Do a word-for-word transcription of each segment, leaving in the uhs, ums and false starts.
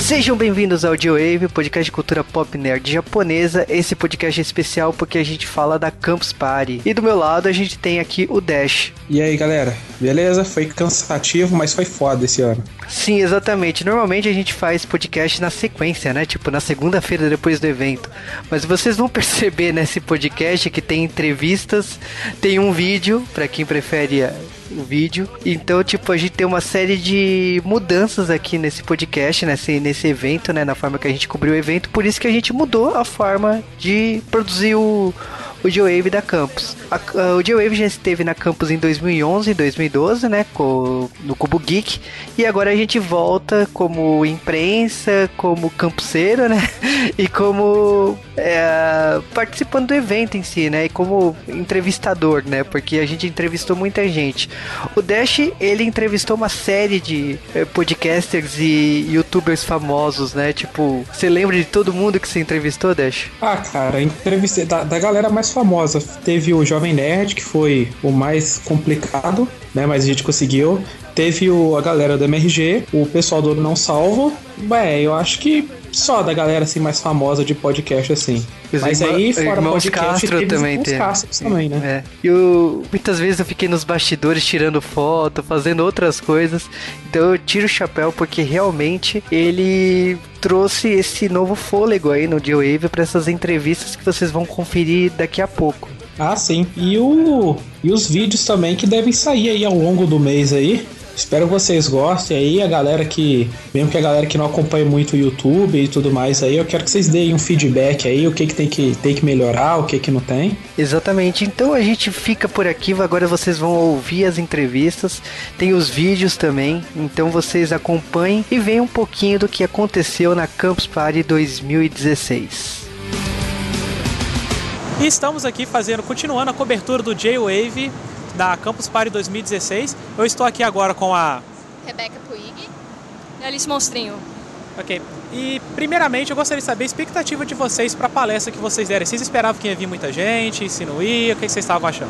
Sejam bem-vindos ao J-Wave, podcast de cultura pop nerd japonesa. Esse podcast é especial porque a gente fala da Campus Party. E do meu lado a gente tem aqui o Dash. E aí, galera? Beleza? Foi cansativo, mas foi foda esse ano. Sim, exatamente. Normalmente a gente faz podcast na sequência, né? Tipo, na segunda-feira depois do evento. Mas vocês vão perceber nesse podcast que tem entrevistas, tem um vídeo, pra quem prefere o vídeo. Então, tipo, a gente tem uma série de mudanças aqui nesse podcast, nesse, nesse evento, né? Na forma que a gente cobriu o evento. Por isso que a gente mudou a forma de produzir o... o J-Wave da Campus. A, a, o J-Wave já esteve na Campus em dois mil e onze e dois mil e doze, né, com, no Cubo Geek, e agora a gente volta como imprensa, como campuseiro, né, e como é, participando do evento em si, né, e como entrevistador, né, porque a gente entrevistou muita gente. O Dash, ele entrevistou uma série de é, podcasters e youtubers famosos, né, tipo, você lembra de todo mundo que você entrevistou, Dash? Ah, cara, entrevistei da, da galera mais famosa. Teve o Jovem Nerd, que foi o mais complicado, né? Mas a gente conseguiu. Teve o, a galera do M R G, o pessoal do Não Salvo. Bem, eu acho que só da galera assim mais famosa de podcast assim. Os Mas irmã, aí, fora podcast, Castro teve também os tem. Castros também, né? É. E eu, muitas vezes eu fiquei nos bastidores tirando foto, fazendo outras coisas. Então eu tiro o chapéu porque realmente ele trouxe esse novo fôlego aí no J-Wave para essas entrevistas que vocês vão conferir daqui a pouco. Ah, sim. E, o, e os vídeos também que devem sair aí ao longo do mês aí. Espero que vocês gostem aí, a galera que, mesmo que a galera que não acompanha muito o YouTube e tudo mais aí, eu quero que vocês deem um feedback aí, o que que tem que, tem que melhorar, o que que não tem. Exatamente, então a gente fica por aqui, agora vocês vão ouvir as entrevistas, tem os vídeos também, então vocês acompanhem e vejam um pouquinho do que aconteceu na Campus Party dois mil e dezesseis. E estamos aqui fazendo, continuando a cobertura do J-Wave da Campus Party dois mil e dezesseis. Eu estou aqui agora com a Rebeca Puig e Alice Monstrinho. Ok. E primeiramente eu gostaria de saber a expectativa de vocês para a palestra que vocês deram. Vocês esperavam que ia vir muita gente? Se não ia? O que vocês estavam achando?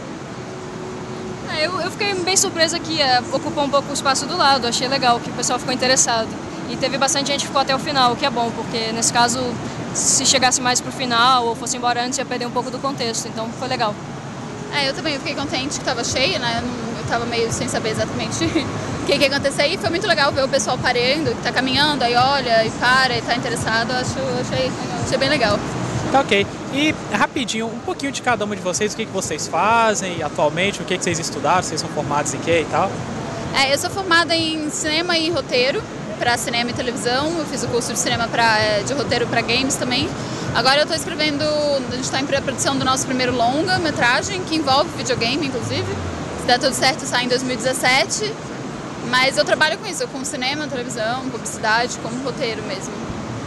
Ah, eu, eu fiquei bem surpresa que ia ocupar um pouco o espaço do lado. Achei legal que o pessoal ficou interessado. E teve bastante gente que ficou até o final, o que é bom, porque nesse caso, se chegasse mais pro final ou fosse embora antes, ia perder um pouco do contexto. Então foi legal. É, eu também fiquei contente que estava cheio, né? Eu estava meio sem saber exatamente o que, que ia acontecer. E foi muito legal ver o pessoal parando, que tá caminhando, aí olha e para e tá interessado. Eu acho, achei, achei bem legal. Tá ok. E rapidinho, um pouquinho de cada uma de vocês, o que, que vocês fazem atualmente, o que, que vocês estudaram, vocês são formados em quê e tal? É, eu sou formada em cinema e roteiro para cinema e televisão. Eu fiz o curso de cinema pra, de roteiro para games também. Agora eu estou escrevendo, a gente está em pré-produção do nosso primeiro longa-metragem, que envolve videogame, inclusive. Se der tudo certo, sai em dois mil e dezessete. Mas eu trabalho com isso, com cinema, televisão, publicidade, como roteiro mesmo.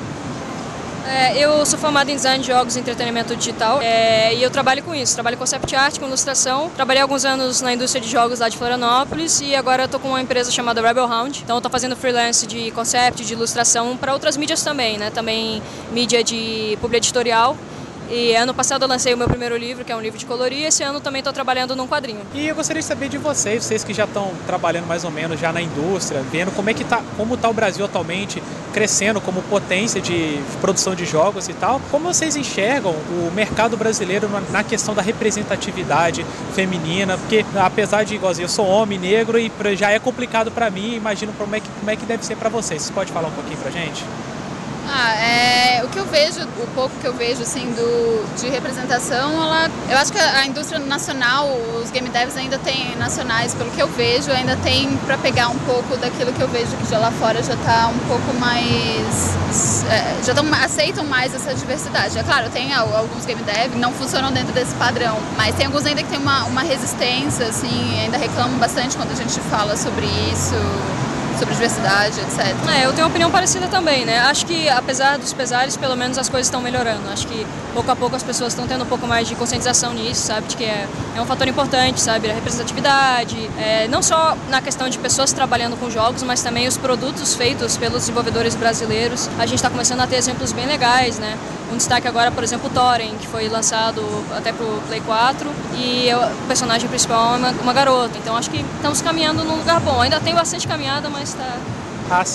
É, eu sou formada em design de jogos e entretenimento digital é, e eu trabalho com isso, trabalho com concept art, com ilustração. Trabalhei alguns anos na indústria de jogos lá de Florianópolis e agora estou com uma empresa chamada Rebel Round. Então estou fazendo freelance de concept, de ilustração para outras mídias também, né? Também mídia de publi editorial. E ano passado eu lancei o meu primeiro livro, que é um livro de colorir, e esse ano também estou trabalhando num quadrinho. E eu gostaria de saber de vocês, vocês que já estão trabalhando mais ou menos já na indústria, vendo como é que tá, como está o Brasil atualmente crescendo como potência de produção de jogos e tal, como vocês enxergam o mercado brasileiro na questão da representatividade feminina, porque apesar de, igualzinho, eu sou homem, negro, e já é complicado para mim, imagino como é que, como é que deve ser para vocês. Você pode falar um pouquinho pra gente? Ah, é, o que eu vejo, o pouco que eu vejo assim do, de representação, ela, eu acho que a indústria nacional, os game devs ainda tem nacionais, pelo que eu vejo, ainda tem para pegar um pouco daquilo que eu vejo que já lá fora já está um pouco mais, é, já tão, aceitam mais essa diversidade. É claro, tem alguns game devs que não funcionam dentro desse padrão, mas tem alguns ainda que tem uma, uma resistência, assim, ainda reclamam bastante quando a gente fala sobre isso. Sobre diversidade, etcétera. É, eu tenho uma opinião parecida também, né? Acho que, apesar dos pesares, pelo menos as coisas estão melhorando. Acho que, pouco a pouco, as pessoas estão tendo um pouco mais de conscientização nisso, sabe? De que é, é um fator importante, sabe? A representatividade, é, não só na questão de pessoas trabalhando com jogos, mas também os produtos feitos pelos desenvolvedores brasileiros. A gente está começando a ter exemplos bem legais, né? Um destaque agora, por exemplo, o Thorin, que foi lançado até pro Play quatro, e o personagem principal é uma, uma garota. Então, acho que estamos caminhando num lugar bom. Ainda tem bastante caminhada, mas tá... Ah, sim.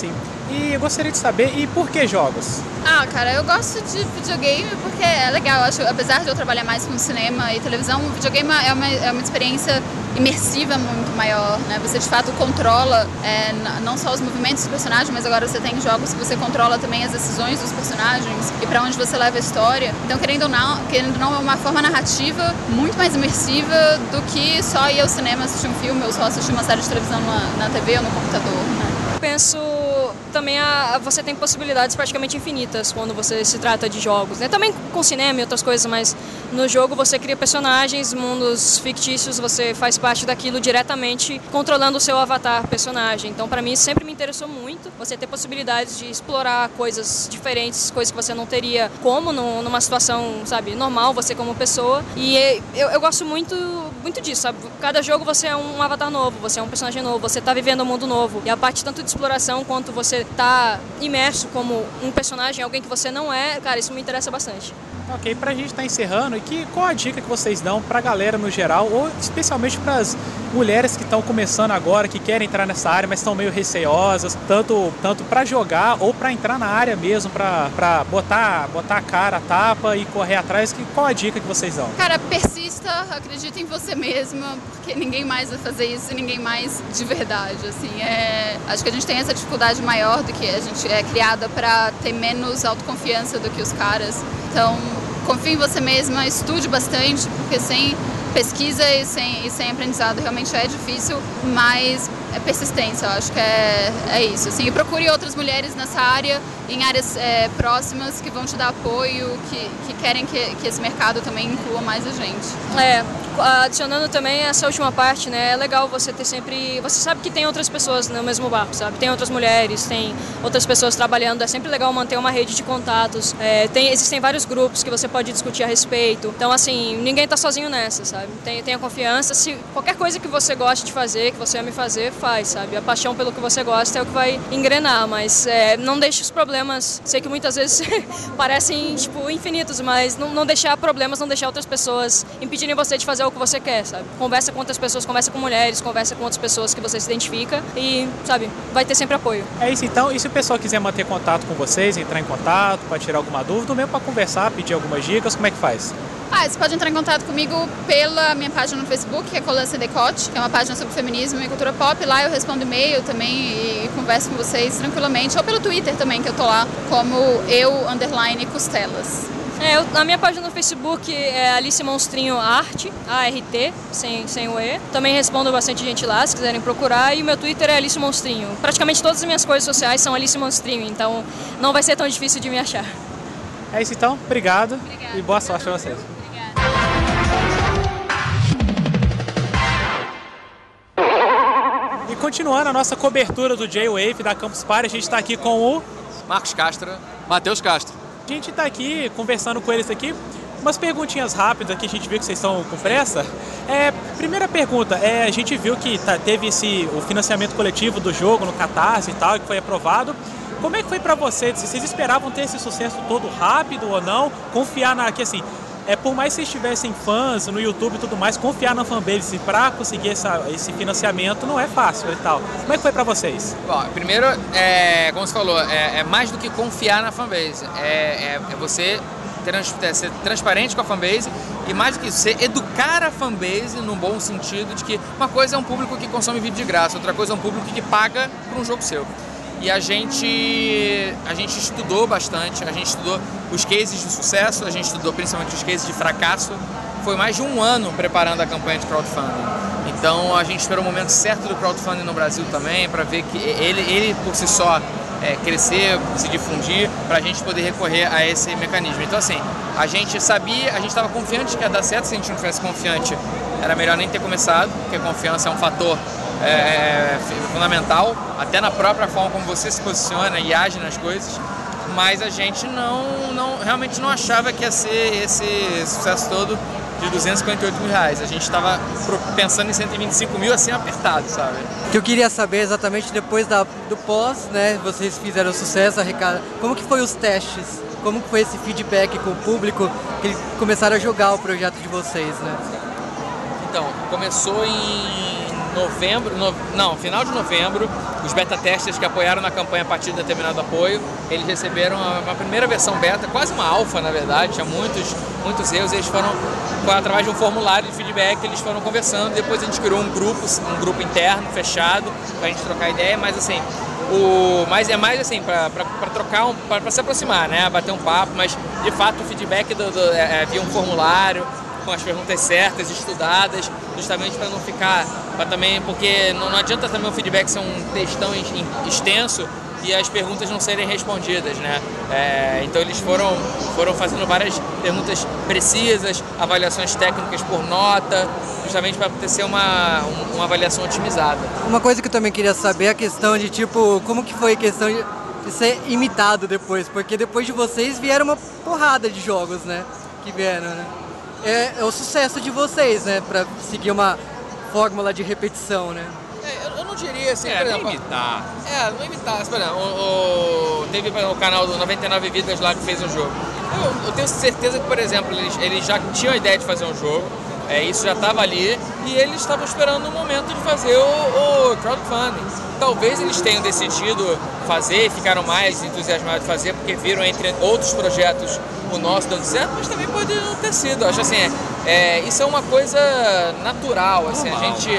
E eu gostaria de saber, e por que jogos? Ah, cara, eu gosto de videogame porque é legal. Eu acho, apesar de eu trabalhar mais com cinema e televisão, o videogame é uma, é uma experiência imersiva muito maior, né? Você de fato controla é, não só os movimentos dos personagens, mas agora você tem jogos que você controla também as decisões dos personagens e para onde você leva a história. Então, querendo ou não, querendo ou não, é uma forma narrativa muito mais imersiva do que só ir ao cinema assistir um filme ou só assistir uma série de televisão na, na T V ou no computador, né? Penso também a, você tem possibilidades praticamente infinitas quando você se trata de jogos, né? Também com cinema e outras coisas, mas no jogo você cria personagens, mundos fictícios, você faz parte daquilo diretamente controlando o seu avatar personagem. Então, para mim, sempre me interessou muito você ter possibilidades de explorar coisas diferentes, coisas que você não teria como no, numa situação, sabe, normal, você como pessoa. E eu, eu gosto muito, muito disso, sabe? Cada jogo você é um avatar novo, você é um personagem novo, você tá vivendo um mundo novo. E a parte tanto de exploração quanto você tá imerso como um personagem, alguém que você não é, cara, isso me interessa bastante. Ok, pra gente estar tá encerrando, e que, qual a dica que vocês dão pra galera no geral, ou especialmente pras mulheres que estão começando agora, que querem entrar nessa área, mas estão meio receiosas, tanto, tanto pra jogar ou pra entrar na área mesmo, pra, pra botar, botar a cara, a tapa e correr atrás, que, qual a dica que vocês dão? Cara, persista, acredita em você mesma, porque ninguém mais vai fazer isso e ninguém mais de verdade, assim, é... acho que a gente tem essa dificuldade maior do que a gente é criada pra ter menos autoconfiança do que os caras, então confie em você mesma, estude bastante, porque sem pesquisa e sem, e sem aprendizado realmente é difícil, mas é persistência, eu acho que é, é isso. Assim, e procure outras mulheres nessa área, em áreas é, próximas, que vão te dar apoio, que, que querem que, que esse mercado também inclua mais a gente. É, adicionando também essa última parte, né, é legal você ter sempre, você sabe que tem outras pessoas no mesmo barco, sabe, tem outras mulheres, tem outras pessoas trabalhando, é sempre legal manter uma rede de contatos, é, tem, existem vários grupos que você pode discutir a respeito, então assim, ninguém tá sozinho nessa, sabe, tem, tenha confiança, se qualquer coisa que você goste de fazer, que você ame fazer, faz, sabe, a paixão pelo que você gosta é o que vai engrenar, mas é, não deixe os problemas, sei que muitas vezes parecem, tipo, infinitos, mas não, não deixar problemas, não deixar outras pessoas impedirem você de fazer o que você quer, sabe? Conversa com outras pessoas, conversa com mulheres, conversa com outras pessoas que você se identifica e, sabe, vai ter sempre apoio. É isso então, e se o pessoal quiser manter contato com vocês, entrar em contato, para tirar alguma dúvida, ou mesmo para conversar, pedir algumas dicas, como é que faz? Ah, você pode entrar em contato comigo pela minha página no Facebook, que é Colância Decote, que é uma página sobre feminismo e cultura pop. Lá eu respondo e-mail também e converso com vocês tranquilamente. Ou pelo Twitter também, que eu tô lá, como eu, underline, Costelas. É, eu, a minha página no Facebook é Alice Monstrinho Arte, A R T, sem, sem o E. Também respondo bastante gente lá, se quiserem procurar. E o meu Twitter é Alice Monstrinho. Praticamente todas as minhas coisas sociais são Alice Monstrinho, então não vai ser tão difícil de me achar. É isso então, obrigado. Obrigada. E boa sorte pra vocês. E continuando a nossa cobertura do J-Wave da Campus Party, a gente está aqui com o Marcos Castro, Matheus Castro. A gente está aqui conversando com eles aqui. Umas perguntinhas rápidas aqui, a gente viu que vocês estão com pressa. É, primeira pergunta, é, a gente viu que tá, teve esse, o financiamento coletivo do jogo no Catarse e tal, que foi aprovado. Como é que foi para vocês? Vocês esperavam ter esse sucesso todo rápido ou não? Confiar na... que assim, é, por mais que vocês tivessem fãs no YouTube e tudo mais, confiar na fanbase para conseguir essa, esse financiamento não é fácil e tal. Como é que foi para vocês? Bom, primeiro, é, como você falou, é, é mais do que confiar na fanbase. É, é, é você trans, é ser transparente com a fanbase e mais do que isso, você educar a fanbase no bom sentido de que uma coisa é um público que consome vídeo de graça, outra coisa é um público que paga por um jogo seu. E a gente, a gente estudou bastante, a gente estudou os cases de sucesso, a gente estudou principalmente os cases de fracasso. Foi mais de um ano preparando a campanha de crowdfunding. Então a gente esperou o momento certo do crowdfunding no Brasil também, para ver que ele, ele por si só é, crescer, se difundir, para a gente poder recorrer a esse mecanismo. Então assim, a gente sabia, a gente estava confiante que ia dar certo. Se a gente não tivesse confiante, era melhor nem ter começado, porque a confiança é um fator É, fundamental, até na própria forma como você se posiciona e age nas coisas, mas a gente não, não realmente não achava que ia ser esse sucesso todo de duzentos e cinquenta e oito mil reais. A gente estava pensando em cento e vinte e cinco mil assim apertado, sabe? O que eu queria saber exatamente depois da, do pós, né? Vocês fizeram sucesso, arrecada. Como que foi os testes? Como que foi esse feedback com o público que eles começaram a jogar o projeto de vocês, né? Então, começou em novembro, no, não, final de novembro, os beta testers que apoiaram na campanha a partir de determinado apoio, eles receberam uma, uma primeira versão beta, quase uma alfa na verdade, tinha muitos, muitos erros, e eles foram, através de um formulário de feedback, eles foram conversando, depois a gente criou um grupo, um grupo interno, fechado, pra gente trocar ideia, mas assim, o, mas é mais assim, pra, pra, pra trocar, um, pra, pra se aproximar, né, bater um papo, mas de fato o feedback do, do, é, é, via um formulário, com as perguntas certas, estudadas, justamente para não ficar, para também, porque não, não adianta também o feedback ser um textão extenso e as perguntas não serem respondidas, né? É, então eles foram, foram fazendo várias perguntas precisas, avaliações técnicas por nota, justamente para ter uma, uma avaliação otimizada. Uma coisa que eu também queria saber é a questão de, tipo, como que foi a questão de, de ser imitado depois, porque depois de vocês vieram uma porrada de jogos, né? Que vieram, né? É, é o sucesso de vocês, né? Pra seguir uma fórmula de repetição, né? É, eu, eu não diria assim, é, por exemplo... não imitar. É, não imitar. Por exemplo, o, o, teve o canal do noventa e nove Vidas lá que fez um jogo. Eu, eu tenho certeza que, por exemplo, eles, eles já tinham a ideia de fazer um jogo. É, isso já estava ali e eles estavam esperando o momento de fazer o, o crowdfunding. Talvez eles tenham decidido fazer e ficaram mais entusiasmados de fazer porque viram entre outros projetos o nosso dando certo, mas também pode não ter sido. Eu acho assim, é, é, isso é uma coisa natural, assim, a gente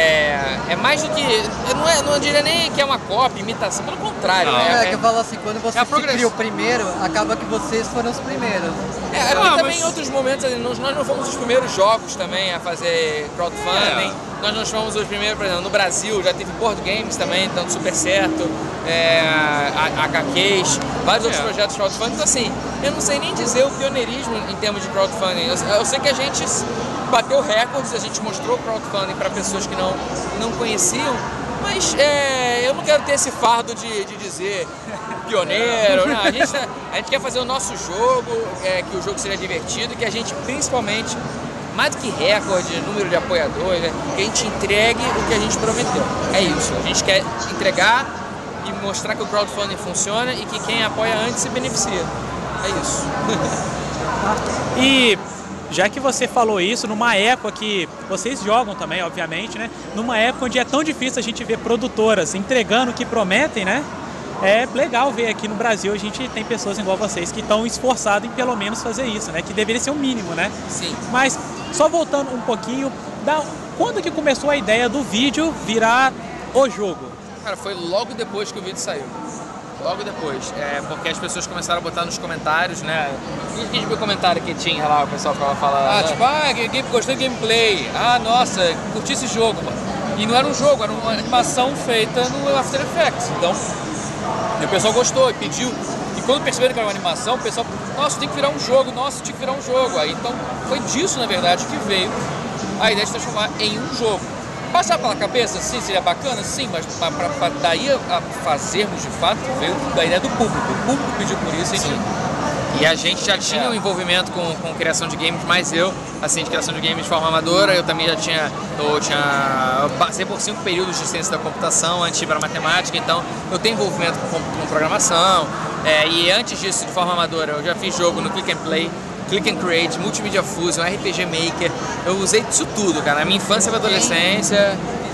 é, é mais do que, eu não, é, não diria nem que é uma cópia, imitação, pelo contrário. Não, é, é, que eu falo assim, quando você é se cria o primeiro, acaba que vocês foram os primeiros. É, ah, também mas... em outros momentos, nós, nós não fomos os primeiros jogos também a fazer crowdfunding, é. Nós não fomos os primeiros, por exemplo, no Brasil já teve board games também, dando super certo, é, H Qs, vários é. outros projetos de crowdfunding, então assim, eu não sei nem dizer o pioneirismo em termos de crowdfunding, eu, eu sei que a gente bateu recordes, a gente mostrou crowdfunding para pessoas que não, não conheciam, mas é, eu não quero ter esse fardo de, de dizer pioneiro, não, a, gente, a gente quer fazer o nosso jogo, é, que o jogo seja divertido, que a gente principalmente, mais do que recorde, número de apoiadores, né, que a gente entregue o que a gente prometeu. É isso, a gente quer entregar e mostrar que o crowdfunding funciona e que quem apoia antes se beneficia. É isso. E já que você falou isso, numa época que vocês jogam também, obviamente, né? Numa época onde é tão difícil a gente ver produtoras entregando o que prometem, né? É legal ver aqui no Brasil a gente tem pessoas igual vocês que estão esforçadas em pelo menos fazer isso, né? Que deveria ser o mínimo, né? Sim. Mas só voltando um pouquinho, da... quando que começou a ideia do vídeo virar o jogo? Cara, foi logo depois que o vídeo saiu. Logo depois, é, porque as pessoas começaram a botar nos comentários, né? E que tipo de comentário que tinha lá, o pessoal ficava falando. Ah, né? tipo, ah, game, gostei do gameplay. Ah, nossa, curti esse jogo, mano. E não era um jogo, era uma animação feita no After Effects. Então, e o pessoal gostou e pediu. E quando perceberam que era uma animação, o pessoal, nossa, tem que virar um jogo, nossa, tinha que virar um jogo. Aí, então, foi disso, na verdade, que veio a ideia de transformar em um jogo. Passar pela cabeça, sim, seria bacana? Sim, mas para daí a fazermos de fato, veio da ideia do público. O público pediu por isso, a gente... E a gente já tinha um envolvimento com, com criação de games, mas eu, assim, de criação de games de forma amadora, eu também já tinha, eu tinha, eu passei por cinco períodos de ciência da computação, antes para matemática, então eu tenho envolvimento com, com programação, é, e antes disso, de forma amadora, eu já fiz jogo no Click and Play, Click and Create, Multimedia Fusion, R P G Maker, eu usei isso tudo, cara, na minha infância e adolescência.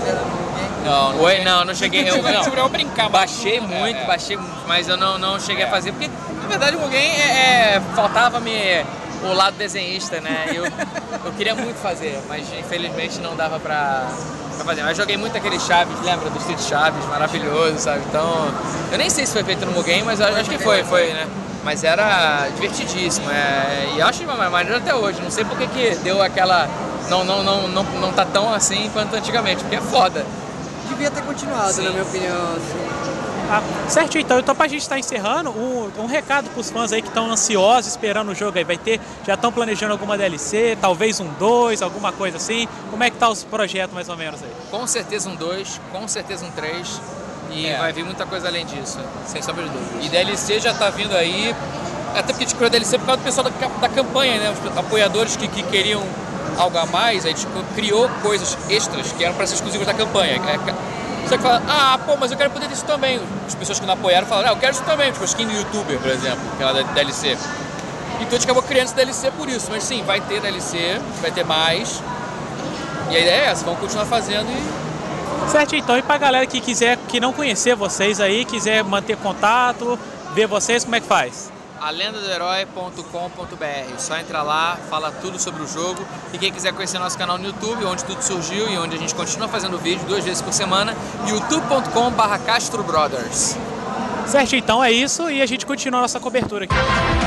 Não, não, Oi, não, não cheguei, eu não, eu brincar, baixei muito, é, é. baixei, mas eu não, não cheguei é. a fazer, porque na verdade o game é, é, faltava-me o lado desenhista, né, eu, eu queria muito fazer, mas infelizmente não dava pra, pra fazer, mas joguei muito aquele Chaves, lembra do Street Chaves, maravilhoso, sabe, então, eu nem sei se foi feito no game, mas eu acho que foi, foi, né. Mas era divertidíssimo, é, e eu acho de uma maneira até hoje, não sei porque que deu aquela, não, não, não, não, não tá tão assim quanto antigamente, porque é foda. Devia ter continuado, sim, na minha opinião, assim. Ah, certo, então, então pra gente estar encerrando, um, um recado pros fãs aí que estão ansiosos, esperando o jogo aí, vai ter, já estão planejando alguma D L C, talvez um dois, alguma coisa assim, como é que tá os projetos mais ou menos aí? Com certeza um dois, com certeza um três. E é. vai vir muita coisa além disso, sem sombra de dúvidas. E D L C já tá vindo aí, até porque a gente criou D L C por causa do pessoal da, da campanha, né? Os apoiadores que, que queriam algo a mais, a gente criou coisas extras que eram para ser exclusivas da campanha. Você que fala, ah, pô, mas eu quero poder disso também. As pessoas que não apoiaram falaram, ah, eu quero isso também, tipo a skin do YouTuber, por exemplo, aquela da D L C. Então a gente acabou criando esse D L C por isso, mas sim, vai ter D L C, vai ter mais. E a ideia é essa, vamos continuar fazendo e... Certo, então, e pra galera que quiser, que não conhecer vocês aí, quiser manter contato, ver vocês, como é que faz? a lenda do herói ponto com ponto b r. Só entra lá, fala tudo sobre o jogo. E quem quiser conhecer nosso canal no YouTube, onde tudo surgiu e onde a gente continua fazendo vídeo duas vezes por semana, youtube ponto com barra Castro Brothers. Certo, então é isso e a gente continua a nossa cobertura aqui.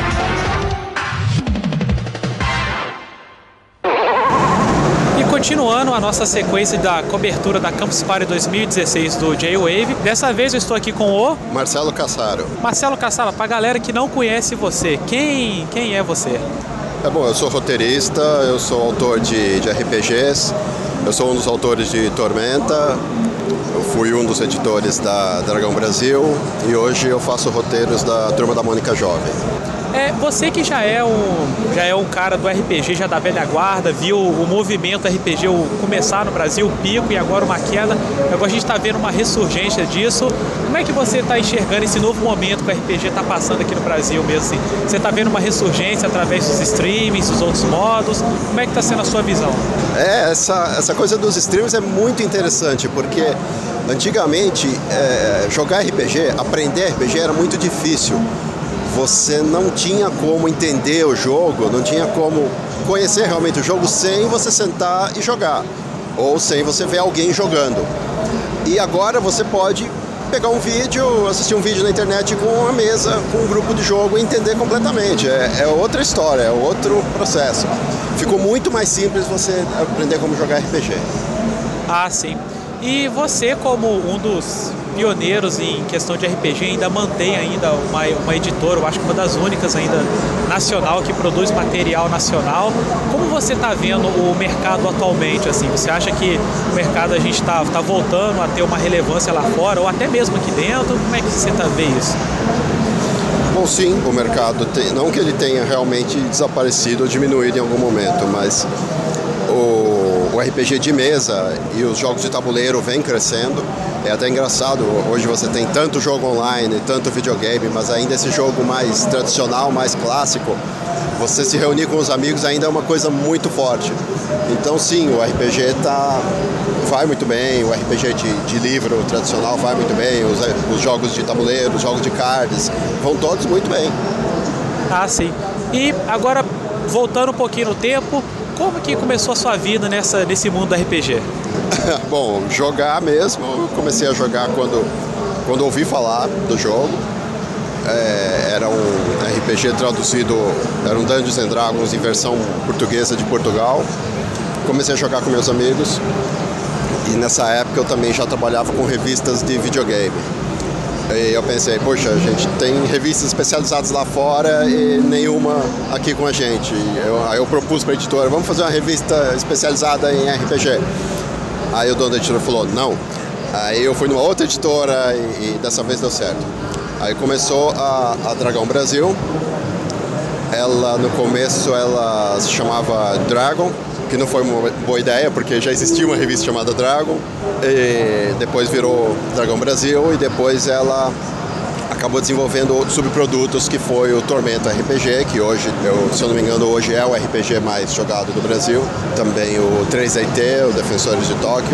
Continuando a nossa sequência da cobertura da Campus Party dois mil e dezesseis do J-Wave, dessa vez eu estou aqui com o... Marcelo Cassaro. Marcelo Cassaro, para a galera que não conhece você, quem, quem é você? É bom, eu sou roteirista, eu sou autor de, de R P Gs, eu sou um dos autores de Tormenta, eu fui um dos editores da Dragão Brasil e hoje eu faço roteiros da Turma da Mônica Jovem. É, você que já é, um, já é um cara do R P G, já da velha guarda, viu o movimento R P G começar no Brasil, o pico e agora uma queda, agora a gente está vendo uma ressurgência disso. Como é que você está enxergando esse novo momento que o R P G está passando aqui no Brasil mesmo? Assim? Você está vendo uma ressurgência através dos streamings, dos outros modos? Como é que está sendo a sua visão? É, essa, essa coisa dos streams é muito interessante, porque antigamente é, jogar R P G, aprender R P G era muito difícil. Você não tinha como entender o jogo, não tinha como conhecer realmente o jogo sem você sentar e jogar, ou sem você ver alguém jogando. E agora você pode pegar um vídeo, assistir um vídeo na internet com uma mesa, com um grupo de jogo e entender completamente. É, é outra história, é outro processo. Ficou muito mais simples você aprender como jogar R P G. Ah, sim. E você, como um dos pioneiros em questão de R P G, ainda mantém ainda uma, uma editora, eu acho que uma das únicas ainda nacional que produz material nacional. Como você está vendo o mercado atualmente? Assim, você acha que o mercado a gente está tá voltando a ter uma relevância lá fora ou até mesmo aqui dentro? Como é que você está vendo isso? Bom, sim, o mercado tem, não que ele tenha realmente desaparecido ou diminuído em algum momento, mas o, o R P G de mesa e os jogos de tabuleiro vêm crescendo. É até engraçado, hoje você tem tanto jogo online, tanto videogame, mas ainda esse jogo mais tradicional, mais clássico, você se reunir com os amigos ainda é uma coisa muito forte. Então sim, o R P G tá, vai muito bem, o R P G de, de livro tradicional vai muito bem, os, os jogos de tabuleiro, os jogos de cards, vão todos muito bem. Ah, sim. E agora, voltando um pouquinho no tempo, como que começou a sua vida nessa, nesse mundo do R P G? Bom, jogar mesmo, eu comecei a jogar quando, quando ouvi falar do jogo. É, era um R P G traduzido, era um Dungeons and Dragons em versão portuguesa de Portugal. Comecei a jogar com meus amigos e nessa época eu também já trabalhava com revistas de videogame. E eu pensei, poxa, a gente tem revistas especializadas lá fora e nenhuma aqui com a gente. Eu, aí eu propus para a editora, vamos fazer uma revista especializada em R P G. Aí o dono da editora falou, não. Aí eu fui numa outra editora e, e dessa vez deu certo. Aí começou a, a Dragão Brasil. Ela, no começo, ela se chamava Dragon, que não foi uma boa ideia, porque já existia uma revista chamada Dragon. E depois virou Dragão Brasil e depois ela acabou desenvolvendo outros subprodutos, que foi o Tormenta R P G, que hoje, eu, se eu não me engano, hoje é o R P G mais jogado do Brasil. Também o três D T, o Defensores de Tóquio.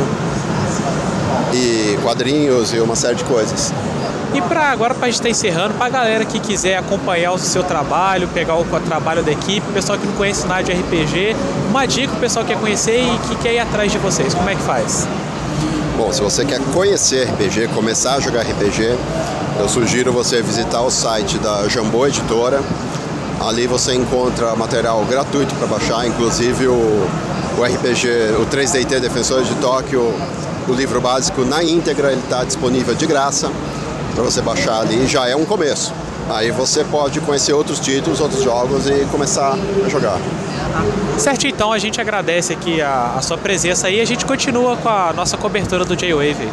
E quadrinhos e uma série de coisas. E pra, agora, para a gente estar encerrando, para a galera que quiser acompanhar o seu trabalho, pegar o, o trabalho da equipe, o pessoal que não conhece nada de R P G, uma dica que o pessoal quer conhecer e que quer ir atrás de vocês, como é que faz? Bom, se você quer conhecer R P G, começar a jogar R P G, eu sugiro você visitar o site da Jambô Editora. Ali você encontra material gratuito para baixar, inclusive o, o R P G, o três D T Defensores de Tóquio, o livro básico na íntegra, ele está disponível de graça para você baixar ali, já é um começo. Aí você pode conhecer outros títulos, outros jogos e começar a jogar. Certo, então a gente agradece aqui a, a sua presença aí e a gente continua com a nossa cobertura do J-Wave.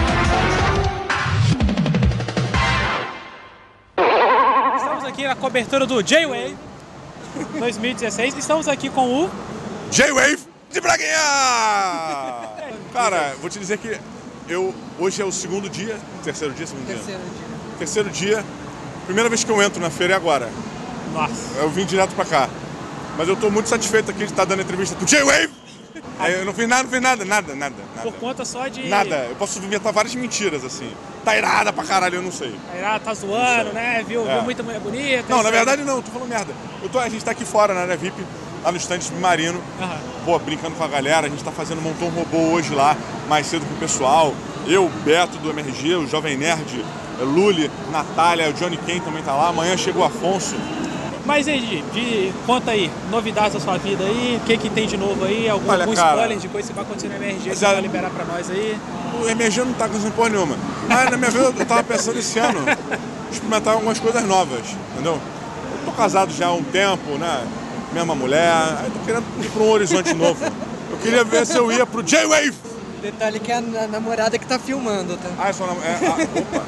Estamos aqui na cobertura do J-Wave dois mil e dezesseis. Estamos aqui com o J-Wave de Braguinha! Cara, vou te dizer que eu, hoje é o segundo dia, terceiro dia, segundo terceiro dia? dia. Terceiro dia. Primeira vez que eu entro na feira é agora. Nossa. Eu vim direto pra cá. Mas eu tô muito satisfeito aqui de estar dando entrevista pro J-Wave Aí eu não fiz nada, não fiz nada, nada, nada. nada. Por conta só de... Nada, eu posso inventar várias mentiras, assim. Tá irada pra caralho, eu não sei. Tá irada, tá zoando, né? Viu, É. viu muita mulher bonita. Não, isso na aí. verdade não, tô falando merda. Eu tô, a gente tá aqui fora, na área V I P, lá no stand submarino. Aham. Pô, brincando com a galera, a gente tá fazendo montou um robô hoje lá, mais cedo com o pessoal. Eu, Beto do M R G, o Jovem Nerd, Luli, Natália, o Johnny Ken também tá lá. Amanhã chegou o Afonso. Mas aí, de, de, conta aí, novidades da sua vida aí, o que que tem de novo aí, algum, Olha, algum cara, spoiler de coisa que vai acontecer no M R G que mas você é- vai liberar pra nós aí? O M R G não tá acontecendo porra nenhuma. Mas na minha vida eu tava pensando esse ano experimentar algumas coisas novas, entendeu? Eu tô casado já há um tempo, né? Mesma mulher, aí eu tô querendo ir pra um horizonte novo. Eu queria ver se eu ia pro J-Wave! Detalhe que é a na- namorada que tá filmando, tá? Ah, é só nam- é, ah, opa!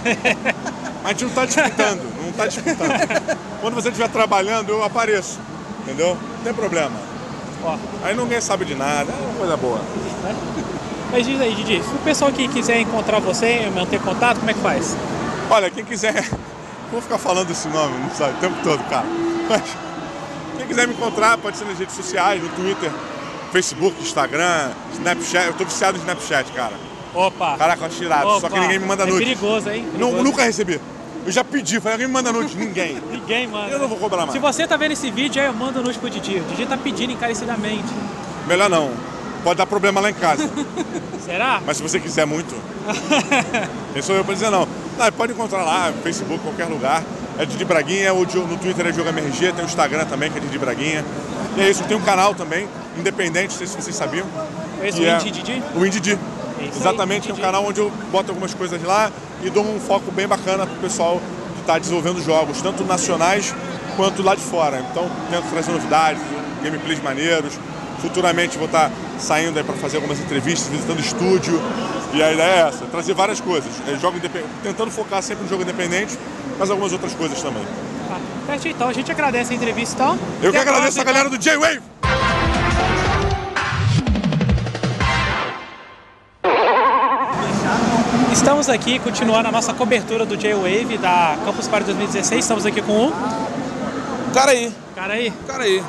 Mas a gente não tá disputando, não tá disputando. Quando você estiver trabalhando, eu apareço, entendeu? Não tem problema. Ó. Aí ninguém sabe de nada, é uma coisa boa. Mas diz aí, Didi, se o pessoal que quiser encontrar você, manter contato, como é que faz? Olha, quem quiser, vou ficar falando esse nome, não sabe, o tempo todo, cara. Mas quem quiser me encontrar, pode ser nas redes sociais, no Twitter, Facebook, Instagram, Snapchat. Eu tô viciado em Snapchat, cara. Opa! Caraca, eu acho tirado, só Opa, que ninguém me manda é nude. perigoso, hein? Não, Perigoso. nunca recebi. Eu já pedi, falei, alguém me manda nude? Ninguém. Ninguém, mano. Eu não vou cobrar mais. Se você tá vendo esse vídeo, aí eu mando nude pro Didi. O Didi tá pedindo encarecidamente. Melhor não. Pode dar problema lá em casa. Será? Mas se você quiser muito, quem sou eu pra dizer não? Não, pode encontrar lá, no Facebook, qualquer lugar. É Didi Braguinha, o Dio- no Twitter é Diogo M R G, tem o Instagram também, que é Didi Braguinha. E é isso, tem um canal também, independente, não sei se vocês sabiam. Esse que é o é Indie Didi? O Indidi. É isso aí, Exatamente, é um Indidi. canal onde eu boto algumas coisas lá e dou um foco bem bacana pro pessoal que está desenvolvendo jogos, tanto nacionais quanto lá de fora. Então, tento trazer novidades, gameplays maneiros. Futuramente vou estar saindo aí para fazer algumas entrevistas, visitando estúdio. E a ideia é essa, trazer várias coisas. É, jogo independ... Tentando focar sempre no jogo independente, mas algumas outras coisas também. Tá. Certo, então, a gente agradece a entrevista, então. Eu que Até agradeço próxima, a galera do J-Wave! Estamos aqui continuando a nossa cobertura do J-Wave da Campus Party dois mil e dezesseis. Estamos aqui com o Cara aí, cara aí. cara aí.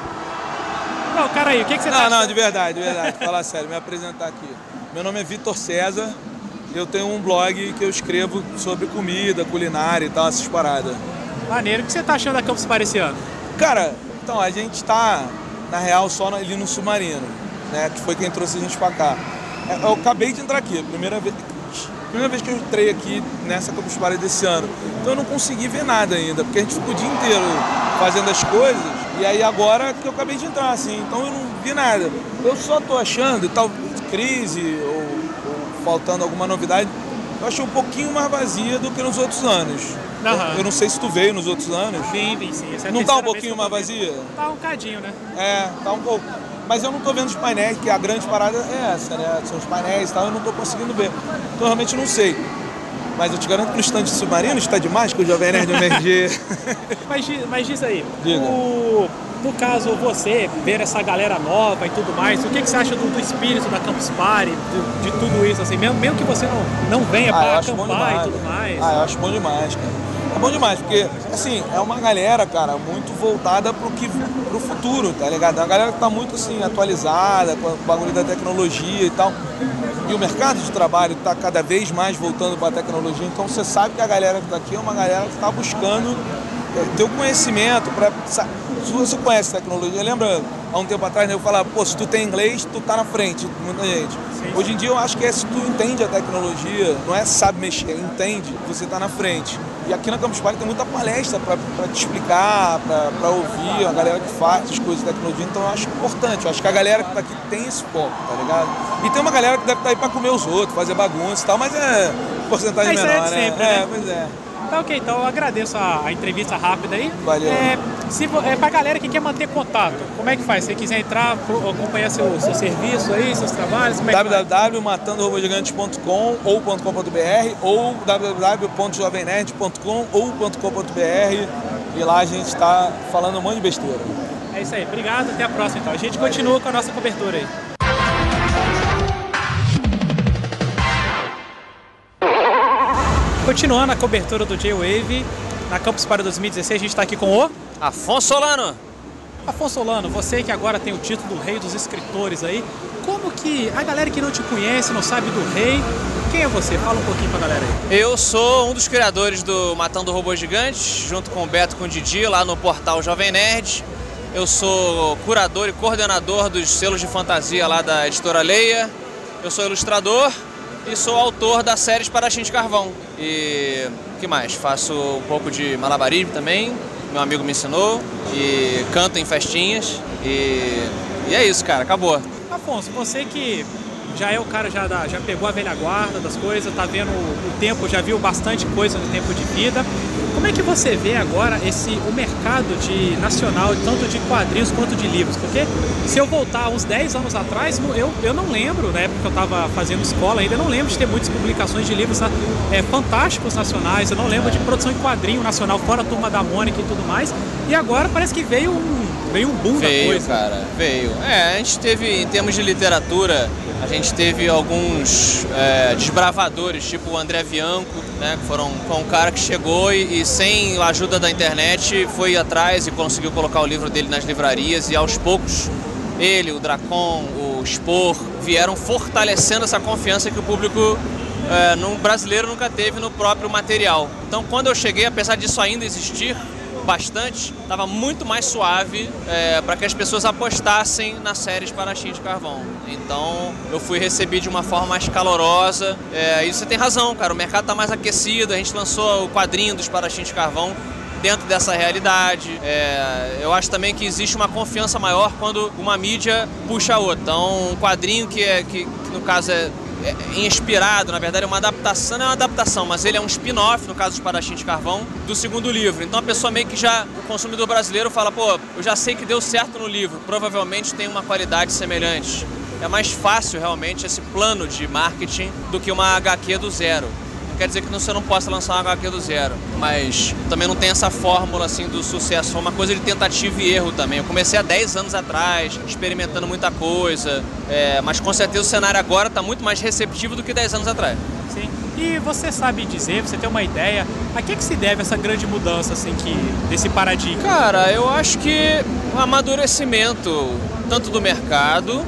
Não, cara aí, o que, que você tá Não, não, achando? de verdade, de verdade. Falar sério, me apresentar aqui. Meu nome é Vitor César. Eu tenho um blog que eu escrevo sobre comida, culinária e tal, essas paradas. Maneiro, o que você tá achando da Campus Party esse ano? Cara, então, a gente tá, na real, só ali no Submarino, né? Que foi quem trouxe a gente pra cá. É, Eu acabei de entrar aqui, primeira vez, primeira vez que eu entrei aqui nessa Campus Party desse ano. Então eu não consegui ver nada ainda, porque a gente ficou o dia inteiro fazendo as coisas, e aí agora que eu acabei de entrar, assim, então eu não vi nada. Eu só tô achando, tal, crise, ou, ou faltando alguma novidade, eu achei um pouquinho mais vazia do que nos outros anos. Aham. Eu, eu não sei se tu veio nos outros anos. Vim, vim sim. Essa é a Não tá um terceira vez pouquinho que eu mais tô vendo. vazia? Tá um cadinho, né? É, tá um pouco. Mas eu não tô vendo os painéis, que a grande parada é essa, né? São os painéis e tal, eu não tô conseguindo ver. Então realmente não sei. Mas eu te garanto que no stand de Submarino está demais com o Jovem Nerd M R G. Mas, di- mas diz aí, Diga. o- no caso, você ver essa galera nova e tudo mais, o que, que você acha do, do espírito da Campus Party, de, de tudo isso, assim, mesmo, mesmo que você não, não venha Ah, eu para acho bom acampar e demais. tudo mais. Ah, eu acho bom demais, cara. É bom demais, porque, assim, é uma galera, cara, muito voltada pro, que, pro futuro, tá ligado? É uma galera que tá muito, assim, atualizada com o bagulho da tecnologia e tal. E o mercado de trabalho tá cada vez mais voltando pra tecnologia, então você sabe que a galera que tá aqui é uma galera que tá buscando é, ter o conhecimento pra... sa- Se você conhece tecnologia, lembra há um tempo atrás, né, eu falava, pô, se tu tem inglês, tu tá na frente de muita gente. Hoje em dia eu acho que é se tu entende a tecnologia, não é sabe mexer, entende, você tá na frente. E aqui na Campus Party tem muita palestra pra, pra te explicar, pra, pra ouvir, a galera que faz as coisas de tecnologia, então eu acho importante, eu acho que a galera que tá aqui tem esse foco, tá ligado? E tem uma galera que deve estar aí pra comer os outros, fazer bagunça e tal, mas é porcentagem Mas isso é menor, de né? sempre, É, né? pois é. Tá ok, então eu agradeço a, a entrevista rápida aí. Valeu. É, se, vo- é, pra galera que quer manter contato, como é que faz? Se você quiser entrar, pro- acompanhar seu, seu serviço aí, seus trabalhos, como é que w w w ponto matando robô gigantes ponto com ou .com.br ou w w w ponto jovem nerd ponto com ou .com.br e lá a gente está falando um monte de besteira. É isso aí, obrigado, até a próxima então. A gente continua com a nossa cobertura aí. Continuando a cobertura do J-Wave na Campus Party dois mil e dezesseis, a gente está aqui com o... Afonso Solano. Afonso Solano, você que agora tem o título do Rei dos Escritores aí, como que a galera que não te conhece, não sabe do Rei, quem é você? Fala um pouquinho pra galera aí. Eu sou um dos criadores do Matando Robôs Gigantes, junto com o Beto e com o Didi, lá no portal Jovem Nerd. Eu sou curador e coordenador dos selos de fantasia lá da editora Leia. Eu sou ilustrador e sou autor da série Espadachim de Carvão. E o que mais? Faço um pouco de malabarismo também, meu amigo me ensinou, e canto em festinhas. E, e é isso, cara, acabou. Afonso, você que já é o cara, já, da, já pegou a velha guarda das coisas, tá vendo o, o tempo, já viu bastante coisa no tempo de vida. Como é que você vê agora esse, o mercado de nacional, tanto de quadrinhos quanto de livros? Porque se eu voltar uns dez anos atrás, eu, eu não lembro, na época que eu estava fazendo escola ainda, eu não lembro de ter muitas publicações de livros é, fantásticos nacionais, eu não lembro de produção em quadrinho nacional, fora a Turma da Mônica e tudo mais. E agora parece que veio um, veio um boom veio, da coisa. Veio, cara, veio. É, a gente teve, em termos de literatura, a gente teve alguns é, desbravadores, tipo o André Bianco, né, que foram, foi um cara que chegou e, e sem a ajuda da internet foi atrás e conseguiu colocar o livro dele nas livrarias, e aos poucos ele, o Dracon, o Spor vieram fortalecendo essa confiança que o público é, no brasileiro nunca teve no próprio material. Então, quando eu cheguei, apesar disso ainda existir bastante, estava muito mais suave é, para que as pessoas apostassem na série Espadachim de Carvão. Então eu fui recebido de uma forma mais calorosa, é, e você tem razão, cara, o mercado está mais aquecido, a gente lançou o quadrinho do Espadachim de Carvão dentro dessa realidade. É, eu acho também que existe uma confiança maior quando uma mídia puxa a outra. Então um quadrinho que, é, que, que no caso é É inspirado, na verdade é uma adaptação, não é uma adaptação, mas ele é um spin-off, no caso do Espadachim de Carvão, do segundo livro. Então a pessoa meio que já, o consumidor brasileiro fala, pô, eu já sei que deu certo no livro, provavelmente tem uma qualidade semelhante. É mais fácil realmente esse plano de marketing do que uma agá quê do zero. Não quer dizer que você não possa lançar uma agá quê do zero, mas também não tem essa fórmula assim do sucesso, foi uma coisa de tentativa e erro também. Eu comecei há dez anos atrás, experimentando muita coisa, é, mas com certeza o cenário agora está muito mais receptivo do que dez anos atrás. Sim. E você sabe dizer, você tem uma ideia, a que, que se deve essa grande mudança assim, que, desse paradigma? Cara, eu acho que o amadurecimento tanto do mercado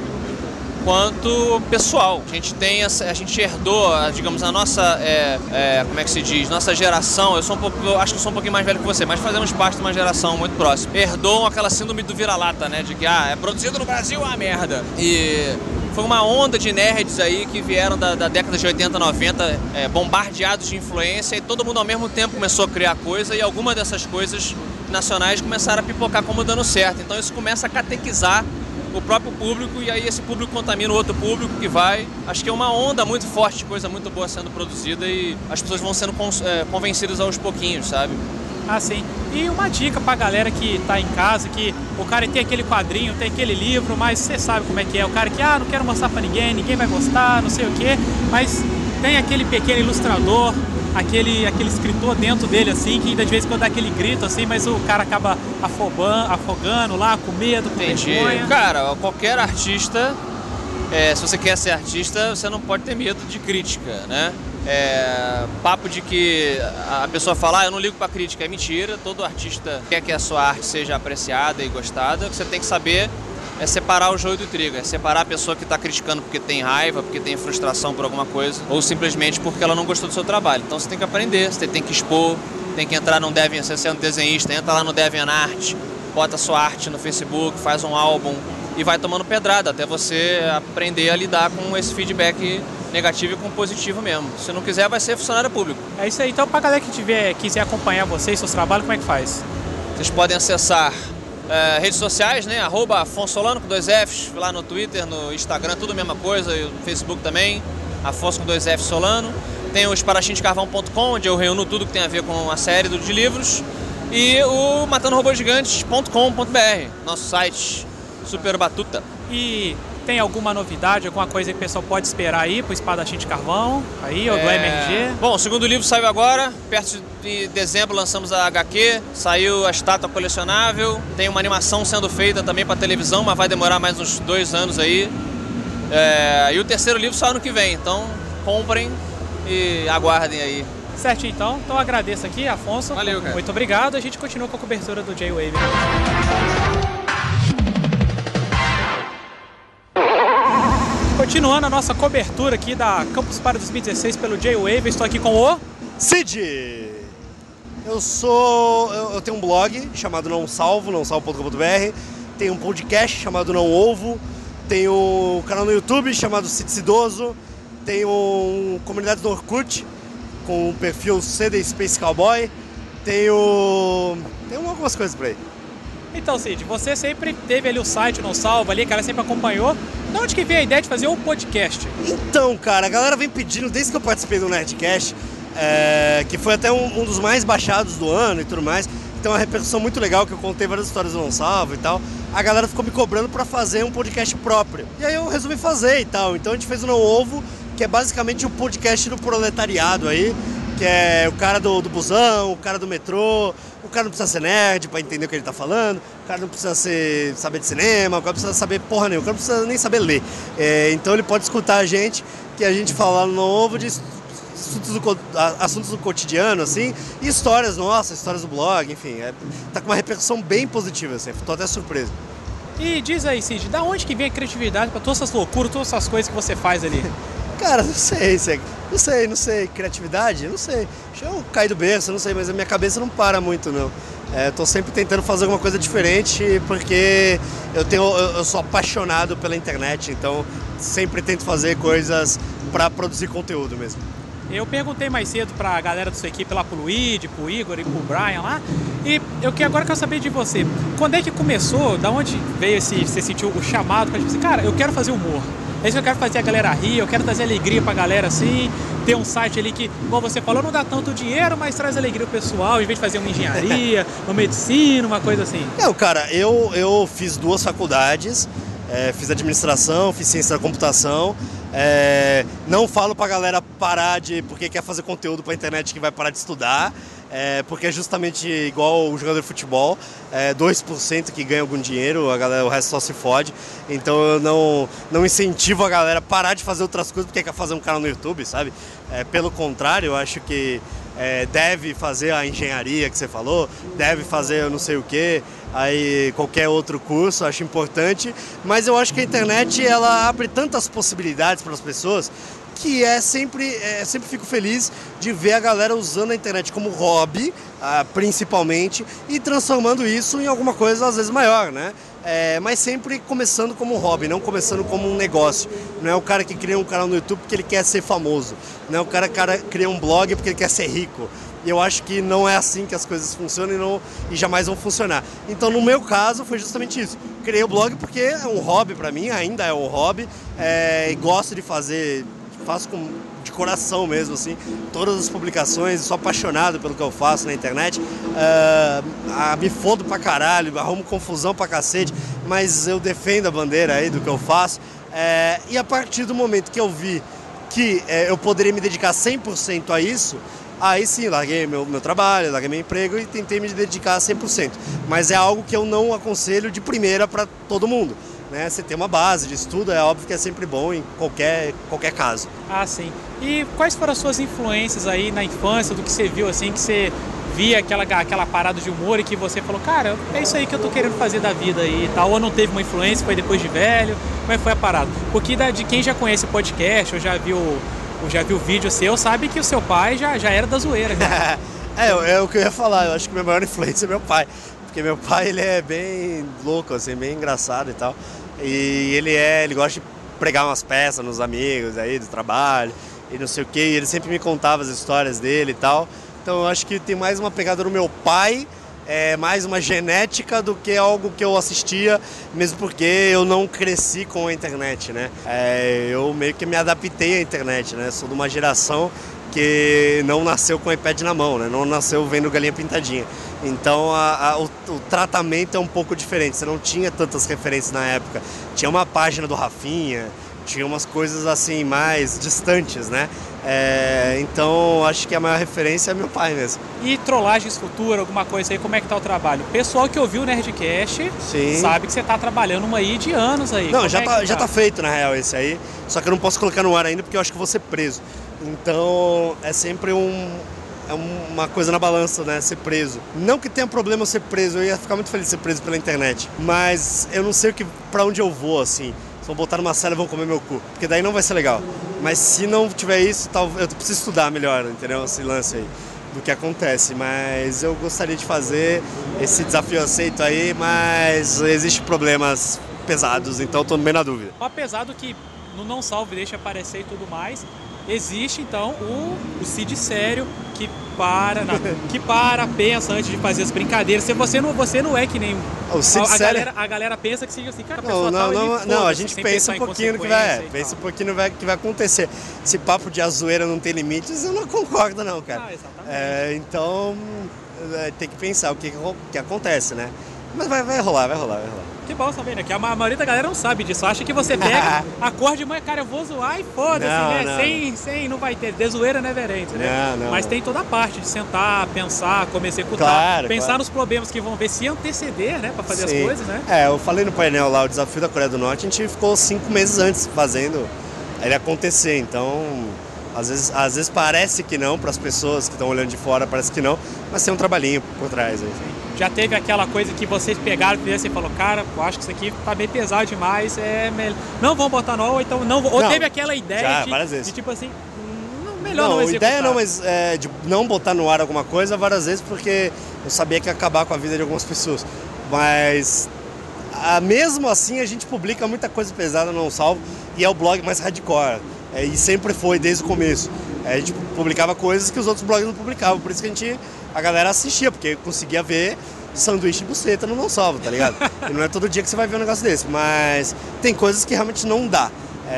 quanto pessoal. A gente tem, a gente herdou, digamos, a nossa, é, é, como é que se diz, nossa geração, eu sou um pouco, eu acho que eu sou um pouquinho mais velho que você, mas fazemos parte de uma geração muito próxima. Herdou aquela síndrome do vira-lata, né, de que, ah, é produzido no Brasil, é uma merda. E foi uma onda de nerds aí que vieram da, da década de oitenta, noventa, é, bombardeados de influência, e todo mundo ao mesmo tempo começou a criar coisa, e algumas dessas coisas nacionais começaram a pipocar como dando certo. Então isso começa a catequizar o próprio público, e aí esse público contamina o outro público que vai. Acho que é uma onda muito forte de coisa muito boa sendo produzida, e as pessoas vão sendo é, convencidas aos pouquinhos, sabe? Ah, sim. E uma dica pra galera que tá em casa, que o cara tem aquele quadrinho, tem aquele livro, mas você sabe como é que é. O cara que, ah, não quero mostrar pra ninguém, ninguém vai gostar, não sei o quê, mas tem aquele pequeno ilustrador, aquele, aquele escritor dentro dele, assim, que ainda de vez em quando dá aquele grito, assim, mas o cara acaba afobando, afogando lá, com medo, com Entendi. vergonha. Cara, qualquer artista, é, se você quer ser artista, você não pode ter medo de crítica, né? É, papo de que a pessoa fala, ah, eu não ligo pra crítica, é mentira. Todo artista quer que a sua arte seja apreciada e gostada. O que você tem que saber é separar o joio do trigo, é separar a pessoa que está criticando porque tem raiva, porque tem frustração por alguma coisa, ou simplesmente porque ela não gostou do seu trabalho. Então você tem que aprender, você tem que expor, tem que entrar no Deviant, se você é um desenhista, entra lá no DeviantArt, bota sua arte no Facebook, faz um álbum e vai tomando pedrada até você aprender a lidar com esse feedback negativo e com positivo mesmo. Se não quiser, vai ser funcionário público. É isso aí. Então, pra galera que tiver, quiser acompanhar vocês, seus trabalhos, como é que faz? Vocês podem acessar é, redes sociais, né? Arroba Afonso Solano com dois Fs, lá no Twitter, no Instagram, tudo a mesma coisa, e no Facebook também, Afonso com dois Fs Solano. Tem o espadachim de carvão ponto com, onde eu reúno tudo que tem a ver com a série de livros, e o matando robôs gigantes ponto com ponto br, nosso site super batuta. E tem alguma novidade, alguma coisa que o pessoal pode esperar aí pro Espadachim de Carvão, aí, ou do É... M R G? Bom, o segundo livro saiu agora, perto de dezembro lançamos a agá quê, saiu a estátua colecionável, tem uma animação sendo feita também para televisão, mas vai demorar mais uns dois anos aí. É... E o terceiro livro só ano que vem, então comprem e aguardem aí. Certinho, então. Então eu agradeço aqui, Afonso. Valeu, cara. Muito obrigado. A gente continua com a cobertura do J-Wave. Continuando a nossa cobertura aqui da Campus Party dois mil e dezesseis pelo J-Wave, estou aqui com o... Cid! Eu sou... Eu, eu tenho um blog chamado Não Salvo, não salvo ponto com ponto b r. Tenho um podcast chamado Não Ovo. Tenho um canal no YouTube chamado Cid Cidoso. Tenho uma comunidade do Orkut com o perfil C D Space Cowboy. Tenho... Tenho algumas coisas por aí. Então, Cid, você sempre teve ali o site Não Salvo ali, a galera sempre acompanhou. De onde que veio a ideia de fazer o podcast? Então, cara, a galera vem pedindo, desde que eu participei do Nerdcast, é, que foi até um, um dos mais baixados do ano e tudo mais, tem uma repercussão muito legal, que eu contei várias histórias do Não Salvo e tal, a galera ficou me cobrando pra fazer um podcast próprio. E aí eu resolvi fazer e tal, então a gente fez o Não Ovo, que é basicamente o podcast do proletariado aí, que é o cara do, do busão, o cara do metrô, o cara não precisa ser nerd pra entender o que ele tá falando, o cara não precisa ser, saber de cinema, o cara não precisa saber porra nenhuma, o cara não precisa nem saber ler. É, então ele pode escutar a gente, que a gente fala no Ovo de assuntos do, assuntos do cotidiano, assim, e histórias nossas, histórias do blog, enfim, é, tá com uma repercussão bem positiva, assim, tô até surpreso. E diz aí, Cid, da onde que vem a criatividade pra todas essas loucuras, todas essas coisas que você faz ali? Cara, não sei, não sei, não sei, criatividade, não sei. Deixa eu cair do berço, não sei, mas a minha cabeça não para muito, não. É, tô sempre tentando fazer alguma coisa diferente, porque eu, tenho, eu, eu sou apaixonado pela internet, então sempre tento fazer coisas para produzir conteúdo mesmo. Eu perguntei mais cedo pra galera da sua equipe lá, pro Luigi, pro Igor e pro Brian lá, e eu que agora quero saber de você. Quando é que começou, da onde veio esse, você sentiu o chamado pra dizer, cara, eu quero fazer humor. É isso que eu quero fazer a galera rir, eu quero trazer alegria pra galera assim, ter um site ali que, como você falou, não dá tanto dinheiro, mas traz alegria pro pessoal, em vez de fazer uma engenharia, uma medicina, uma coisa assim. Não, cara, eu, eu fiz duas faculdades, é, fiz administração, fiz ciência da computação, é, não falo pra galera parar de, porque quer fazer conteúdo pra internet que vai parar de estudar, é, porque é justamente igual o jogador de futebol, é dois por cento que ganha algum dinheiro, a galera, o resto só se fode. Então eu não, não incentivo a galera a parar de fazer outras coisas porque quer fazer um canal no YouTube, sabe? É, pelo contrário, eu acho que é, deve fazer a engenharia que você falou, deve fazer eu não sei o que, aí qualquer outro curso, acho importante. Mas eu acho que a internet ela abre tantas possibilidades para as pessoas que é sempre, é, sempre fico feliz de ver a galera usando a internet como hobby, ah, principalmente, e transformando isso em alguma coisa às vezes maior, né? É, mas sempre começando como um hobby, não começando como um negócio. Não é o cara que cria um canal no YouTube porque ele quer ser famoso, não é o cara que cria um blog porque ele quer ser rico. E eu acho que não é assim que as coisas funcionam e, não, e jamais vão funcionar. Então, no meu caso, foi justamente isso. Criei o blog porque é um hobby pra mim, ainda é um hobby, é, e gosto de fazer... faço com, de coração mesmo, assim, todas as publicações, sou apaixonado pelo que eu faço na internet, uh, ah, me fodo pra caralho, arrumo confusão pra cacete, mas eu defendo a bandeira aí do que eu faço, é, e a partir do momento que eu vi que é, eu poderia me dedicar cem por cento a isso, aí sim, larguei meu, meu trabalho, larguei meu emprego e tentei me dedicar a cem por cento, mas é algo que eu não aconselho de primeira para todo mundo. Né, você tem uma base de estudo, é óbvio que é sempre bom em qualquer, qualquer caso. Ah, sim. E quais foram as suas influências aí na infância, do que você viu, assim, que você via aquela, aquela parada de humor e que você falou, cara, é isso aí que eu tô querendo fazer da vida aí e tal, ou não teve uma influência, foi depois de velho, como é que foi a parada? Porque de quem já conhece o podcast, ou já viu, ou já viu vídeo seu, sabe que o seu pai já, já era da zoeira. é, é o que eu ia falar, eu acho que minha maior influência é meu pai. Porque meu pai, ele é bem louco, assim, bem engraçado e tal. E ele é, ele gosta de pregar umas peças nos amigos aí do trabalho e não sei o que. E ele sempre me contava as histórias dele e tal. Então eu acho que tem mais uma pegada no meu pai, é mais uma genética do que algo que eu assistia, mesmo porque eu não cresci com a internet, né? É, eu meio que me adaptei à internet, né? Sou de uma geração que não nasceu com o iPad na mão, né? Não nasceu vendo Galinha Pintadinha. Então a, a, o, o tratamento é um pouco diferente, você não tinha tantas referências na época. Tinha uma página do Rafinha, tinha umas coisas assim mais distantes, né? É, então acho que a maior referência é meu pai mesmo. E trollagens futuras, alguma coisa aí, como é que tá o trabalho? O pessoal que ouviu o Nerdcast Sim. sabe que você tá trabalhando uma aí de anos aí. Não, já, é tá, tá? já tá feito na real esse aí, só que eu não posso colocar no ar ainda porque eu acho que eu vou ser preso. Então é sempre um... é uma coisa na balança, né? Ser preso. Não que tenha problema eu ser preso, eu ia ficar muito feliz de ser preso pela internet. Mas eu não sei o que, pra onde eu vou, assim. se vão botar numa cela e vão comer meu cu, porque daí não vai ser legal. Mas se não tiver isso, eu preciso estudar melhor, entendeu? Esse lance aí do que acontece, mas eu gostaria de fazer esse desafio aceito aí, mas existem problemas pesados, então estou bem na dúvida. Apesar do que no Não Salve deixa aparecer e tudo mais, existe então o, o Cid sério que para, na, que para, pensa antes de fazer as brincadeiras. Se você não, você não é que nem o Cid a, a sério. galera, a galera pensa que siga assim, cara, a não, pessoa não, tal, não, ele, não, a gente pensa um pouquinho no que vai, pensa um tal. pouquinho no que vai, que vai acontecer. Esse papo de a zoeira não tem limites, eu não concordo não, cara. Ah, exatamente. É, então é, tem que pensar o que, que acontece, né? Mas vai, vai rolar, vai rolar, vai rolar. Que bom saber, né? Que a maioria da galera não sabe disso. Acha que você pega, acorde, mãe, cara, eu vou zoar e foda-se, né? Não. Sem, sem, não vai ter. De zoeira never ends, né? Não, não, Mas não. tem toda a parte de sentar, pensar, como executar, Claro, pensar claro. nos problemas que vão ver, se anteceder, né? Pra fazer Sim. as coisas, né? É, eu falei no painel lá, o desafio da Coreia do Norte, a gente ficou cinco meses antes fazendo ele acontecer, então às vezes, às vezes parece que não, para as pessoas que estão olhando de fora parece que não, mas tem um trabalhinho por trás aí. Já teve aquela coisa que vocês pegaram e você falou, cara, eu acho que isso aqui tá bem pesado demais, é melhor. Não vão botar no ar, ou então não. Ou Não, teve aquela ideia já, de, várias vezes. de tipo assim, não, melhor não, Não, executar. ideia não, mas é, de não botar no ar alguma coisa várias vezes porque eu sabia que ia acabar com a vida de algumas pessoas. Mas a, mesmo assim a gente publica muita coisa pesada no Não Salvo e é o blog mais hardcore. É, e sempre foi desde o começo. É, a gente publicava coisas que os outros blogs não publicavam, por isso que a gente, a galera assistia, porque conseguia ver sanduíche e buceta no Não Salvo, tá ligado? E não é todo dia que você vai ver um negócio desse, mas tem coisas que realmente não dá.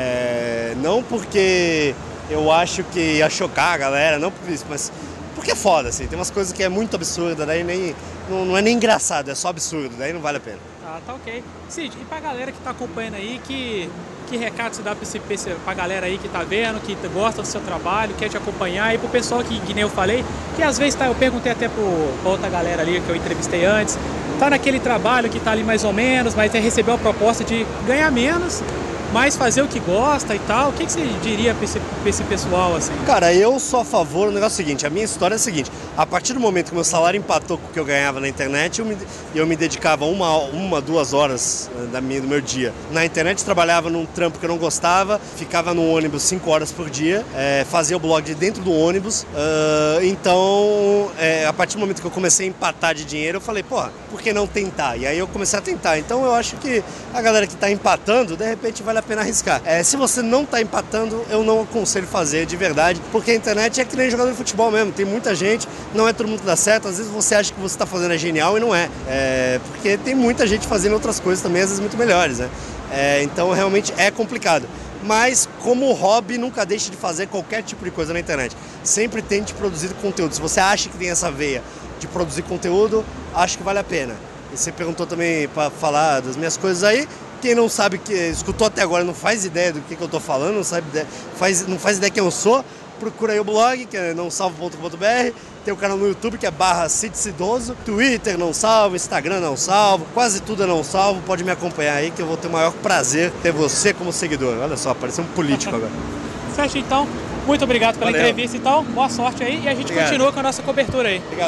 É, não porque eu acho que ia chocar a galera, não por isso, mas porque é foda, assim, tem umas coisas que é muito absurda, daí nem, não, não é nem engraçado, é só absurdo, daí não vale a pena. Tá, tá ok. Cid, e pra galera que tá acompanhando aí, que, que recado você dá pra, esse, pra, esse, pra galera aí que tá vendo, que gosta do seu trabalho, quer te acompanhar, e pro pessoal que, que nem eu falei, que às vezes tá, eu perguntei até pro, pra outra galera ali que eu entrevistei antes, tá naquele trabalho que tá ali mais ou menos, mas recebeu a proposta de ganhar menos, mas fazer o que gosta e tal. O que, que você diria pra esse, pra esse pessoal, assim? Cara, eu sou a favor, o negócio é o seguinte, a minha história é a seguinte, a partir do momento que o meu salário empatou com o que eu ganhava na internet, eu me, eu me dedicava uma, uma, duas horas da minha, do meu dia. Na internet trabalhava num trampo que eu não gostava, ficava no ônibus cinco horas por dia, é, fazia o blog de dentro do ônibus, uh, então é, a partir do momento que eu comecei a empatar de dinheiro, eu falei, pô, por que não tentar? E aí eu comecei a tentar, então eu acho que a galera que tá empatando, de repente vale a pena arriscar. É, se você não tá empatando, eu não aconselho fazer de verdade, porque a internet é que nem jogador de futebol mesmo, tem muita gente, não é todo mundo que dá certo, às vezes você acha que você tá fazendo é genial e não é, é porque tem muita gente fazendo outras coisas também, às vezes muito melhores, né? É, então realmente é complicado. Mas como hobby, nunca deixe de fazer qualquer tipo de coisa na internet. Sempre tente produzir conteúdo. Se você acha que tem essa veia de produzir conteúdo, acho que vale a pena. E você perguntou também para falar das minhas coisas aí. Quem não sabe, que escutou até agora, não faz ideia do que, que eu tô falando, não, sabe, faz, não faz ideia quem eu sou, procura aí o blog, que é não salvo ponto com ponto b r, tem o canal no YouTube, que é barra Cid Cidoso, Twitter Não Salvo, Instagram Não Salvo, quase tudo é Não Salvo, pode me acompanhar aí, que eu vou ter o maior prazer ter você como seguidor. Olha só, parece um político agora. Certo, então, muito obrigado pela Valeu. entrevista e tal, boa sorte aí, e a gente Obrigado. continua com a nossa cobertura aí. Obrigado,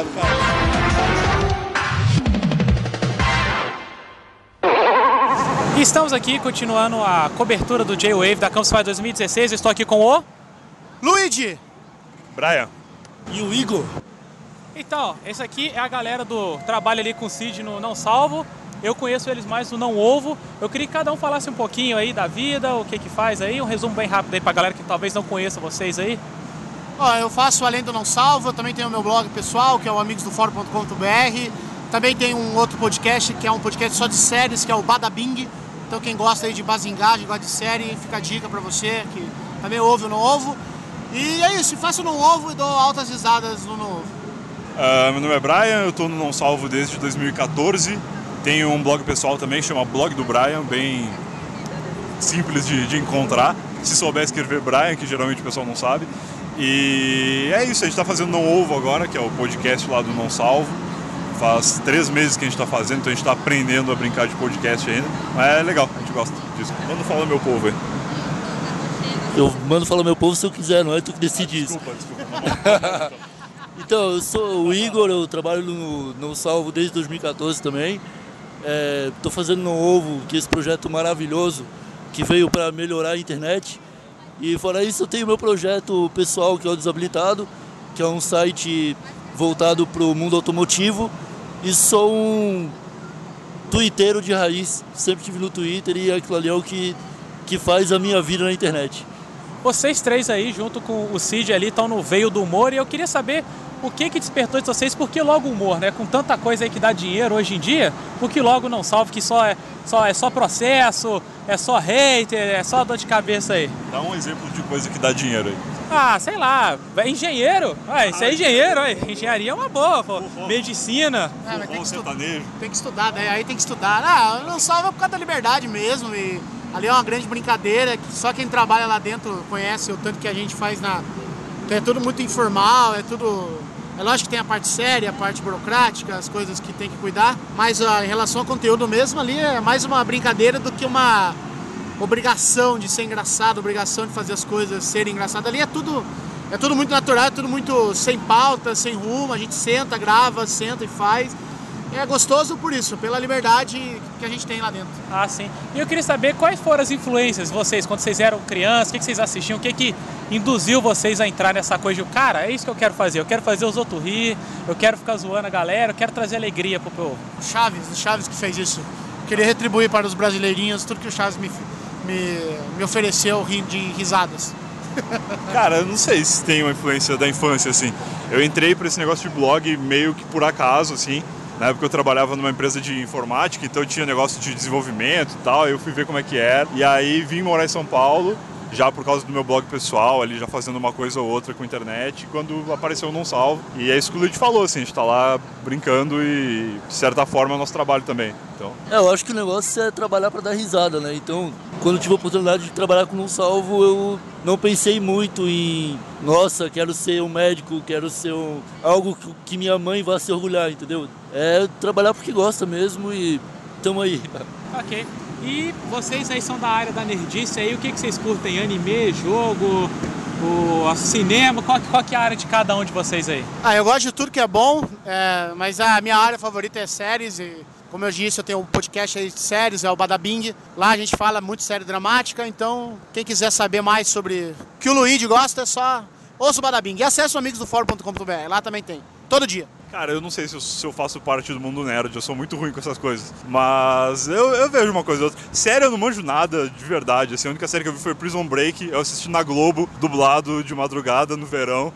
cara. E estamos aqui continuando a cobertura do J-Wave da Campus Party dois mil e dezesseis. Eu estou aqui com o Luigi Brian e o Igor. Então, esse aqui é a galera do trabalho ali com o Cid no Não Salvo. Eu conheço eles mais do Não Ovo. Eu queria que cada um falasse um pouquinho aí da vida, o que que faz aí, um resumo bem rápido aí pra galera que talvez não conheça vocês aí. Ó, eu faço além do Não Salvo, eu também tenho o meu blog pessoal, que é o amigos do fórum ponto com ponto b r. Também tem um outro podcast, que é um podcast só de séries, que é o Badabing. Então quem gosta aí de basingagem, gosta de série, fica a dica pra você, que também ouve o Não Ovo. E é isso, faço o Não Ovo e dou altas risadas no Não Ovo. Uh, meu nome é Brian, eu estou no Não Salvo desde dois mil e quatorze. Tenho um blog pessoal também, chama Blog do Brian, bem simples de, de encontrar. Se souber escrever Brian, que geralmente o pessoal não sabe. E é isso, a gente está fazendo Não Ovo agora, que é o podcast lá do Não Salvo. Faz três meses que a gente está fazendo, então a gente está aprendendo a brincar de podcast ainda. Mas é legal, a gente gosta disso. Manda falar meu povo aí. Eu mando falar meu povo se eu quiser, não é tu que decide isso. Desculpa, desculpa. Então, eu sou o Igor, eu trabalho no Não Salvo desde dois mil e quatorze também. Estou fazendo No Ovo, que é esse projeto maravilhoso, que veio para melhorar a internet. E fora isso eu tenho meu projeto pessoal, que é o Desabilitado, que é um site voltado para o mundo automotivo. E sou um twitteiro de raiz, sempre estive no Twitter e aquilo ali é o que, que faz a minha vida na internet. Vocês três aí, junto com o Cid ali, estão no veio do humor e eu queria saber o que que despertou de vocês, por que logo o humor, né? Com tanta coisa aí que dá dinheiro hoje em dia, por que logo não salve, que só é, só é só processo, é só hater, é só dor de cabeça aí? Dá um exemplo de coisa que dá dinheiro aí. Ah, sei lá, é engenheiro. Ah, isso é engenheiro, aí. Engenharia é uma boa, pô. Medicina. É, mas tem, que estudar, tem que estudar, né? Aí tem que estudar. Ah, não salva por causa da liberdade mesmo. E ali é uma grande brincadeira que só quem trabalha lá dentro conhece o tanto que a gente faz na. É tudo muito informal, é tudo. É lógico que tem a parte séria, a parte burocrática, as coisas que tem que cuidar, mas ah, em relação ao conteúdo mesmo ali é mais uma brincadeira do que uma obrigação de ser engraçado, obrigação de fazer as coisas serem engraçadas. Ali é tudo, é tudo muito natural, é tudo muito sem pauta, sem rumo, a gente senta, grava, senta e faz. É gostoso por isso, pela liberdade que a gente tem lá dentro. Ah, sim. E eu queria saber quais foram as influências de vocês, quando vocês eram crianças, o que vocês assistiam, o que que induziu vocês a entrar nessa coisa de, cara, é isso que eu quero fazer, eu quero fazer os outros rir, eu quero ficar zoando a galera, eu quero trazer alegria pro povo. Chaves, o Chaves que fez isso. Queria retribuir para os brasileirinhos tudo que o Chaves me, me, me ofereceu de risadas. Cara, eu não sei se tem uma influência da infância, assim. Eu entrei para esse negócio de blog meio que por acaso, assim. Na época eu trabalhava numa empresa de informática, então eu tinha negócio de desenvolvimento e tal, eu fui ver como é que era. E aí vim morar em São Paulo, já por causa do meu blog pessoal, ali já fazendo uma coisa ou outra com a internet, quando apareceu o Não Salvo. E é isso que o Luiz falou, assim, a gente tá lá brincando e, de certa forma, é o nosso trabalho também. Então... É, eu acho que o negócio é trabalhar para dar risada, né? Então, quando eu tive a oportunidade de trabalhar com o Não Salvo, eu não pensei muito em, nossa, quero ser um médico, quero ser um... algo que minha mãe vá se orgulhar, entendeu? É trabalhar porque gosta mesmo e tamo aí. Ok. E vocês aí são da área da nerdice aí, o que, que vocês curtem? Anime, jogo, o cinema? Qual, qual que é a área de cada um de vocês aí? Ah, eu gosto de tudo que é bom, é, mas a minha área favorita é séries e, como eu disse, eu tenho um podcast aí de séries, é o Badabing. Lá a gente fala muito série dramática, então quem quiser saber mais sobre o que o Luigi gosta, é só ouça o Badabing. E acesse o amigos do fórum ponto com ponto b r, lá também tem, todo dia. Cara, eu não sei se eu, se eu faço parte do mundo nerd, eu sou muito ruim com essas coisas. Mas eu, eu vejo uma coisa ou outra. Série eu não manjo nada de verdade, assim, a única série que eu vi foi Prison Break, eu assisti na Globo, dublado de madrugada no verão.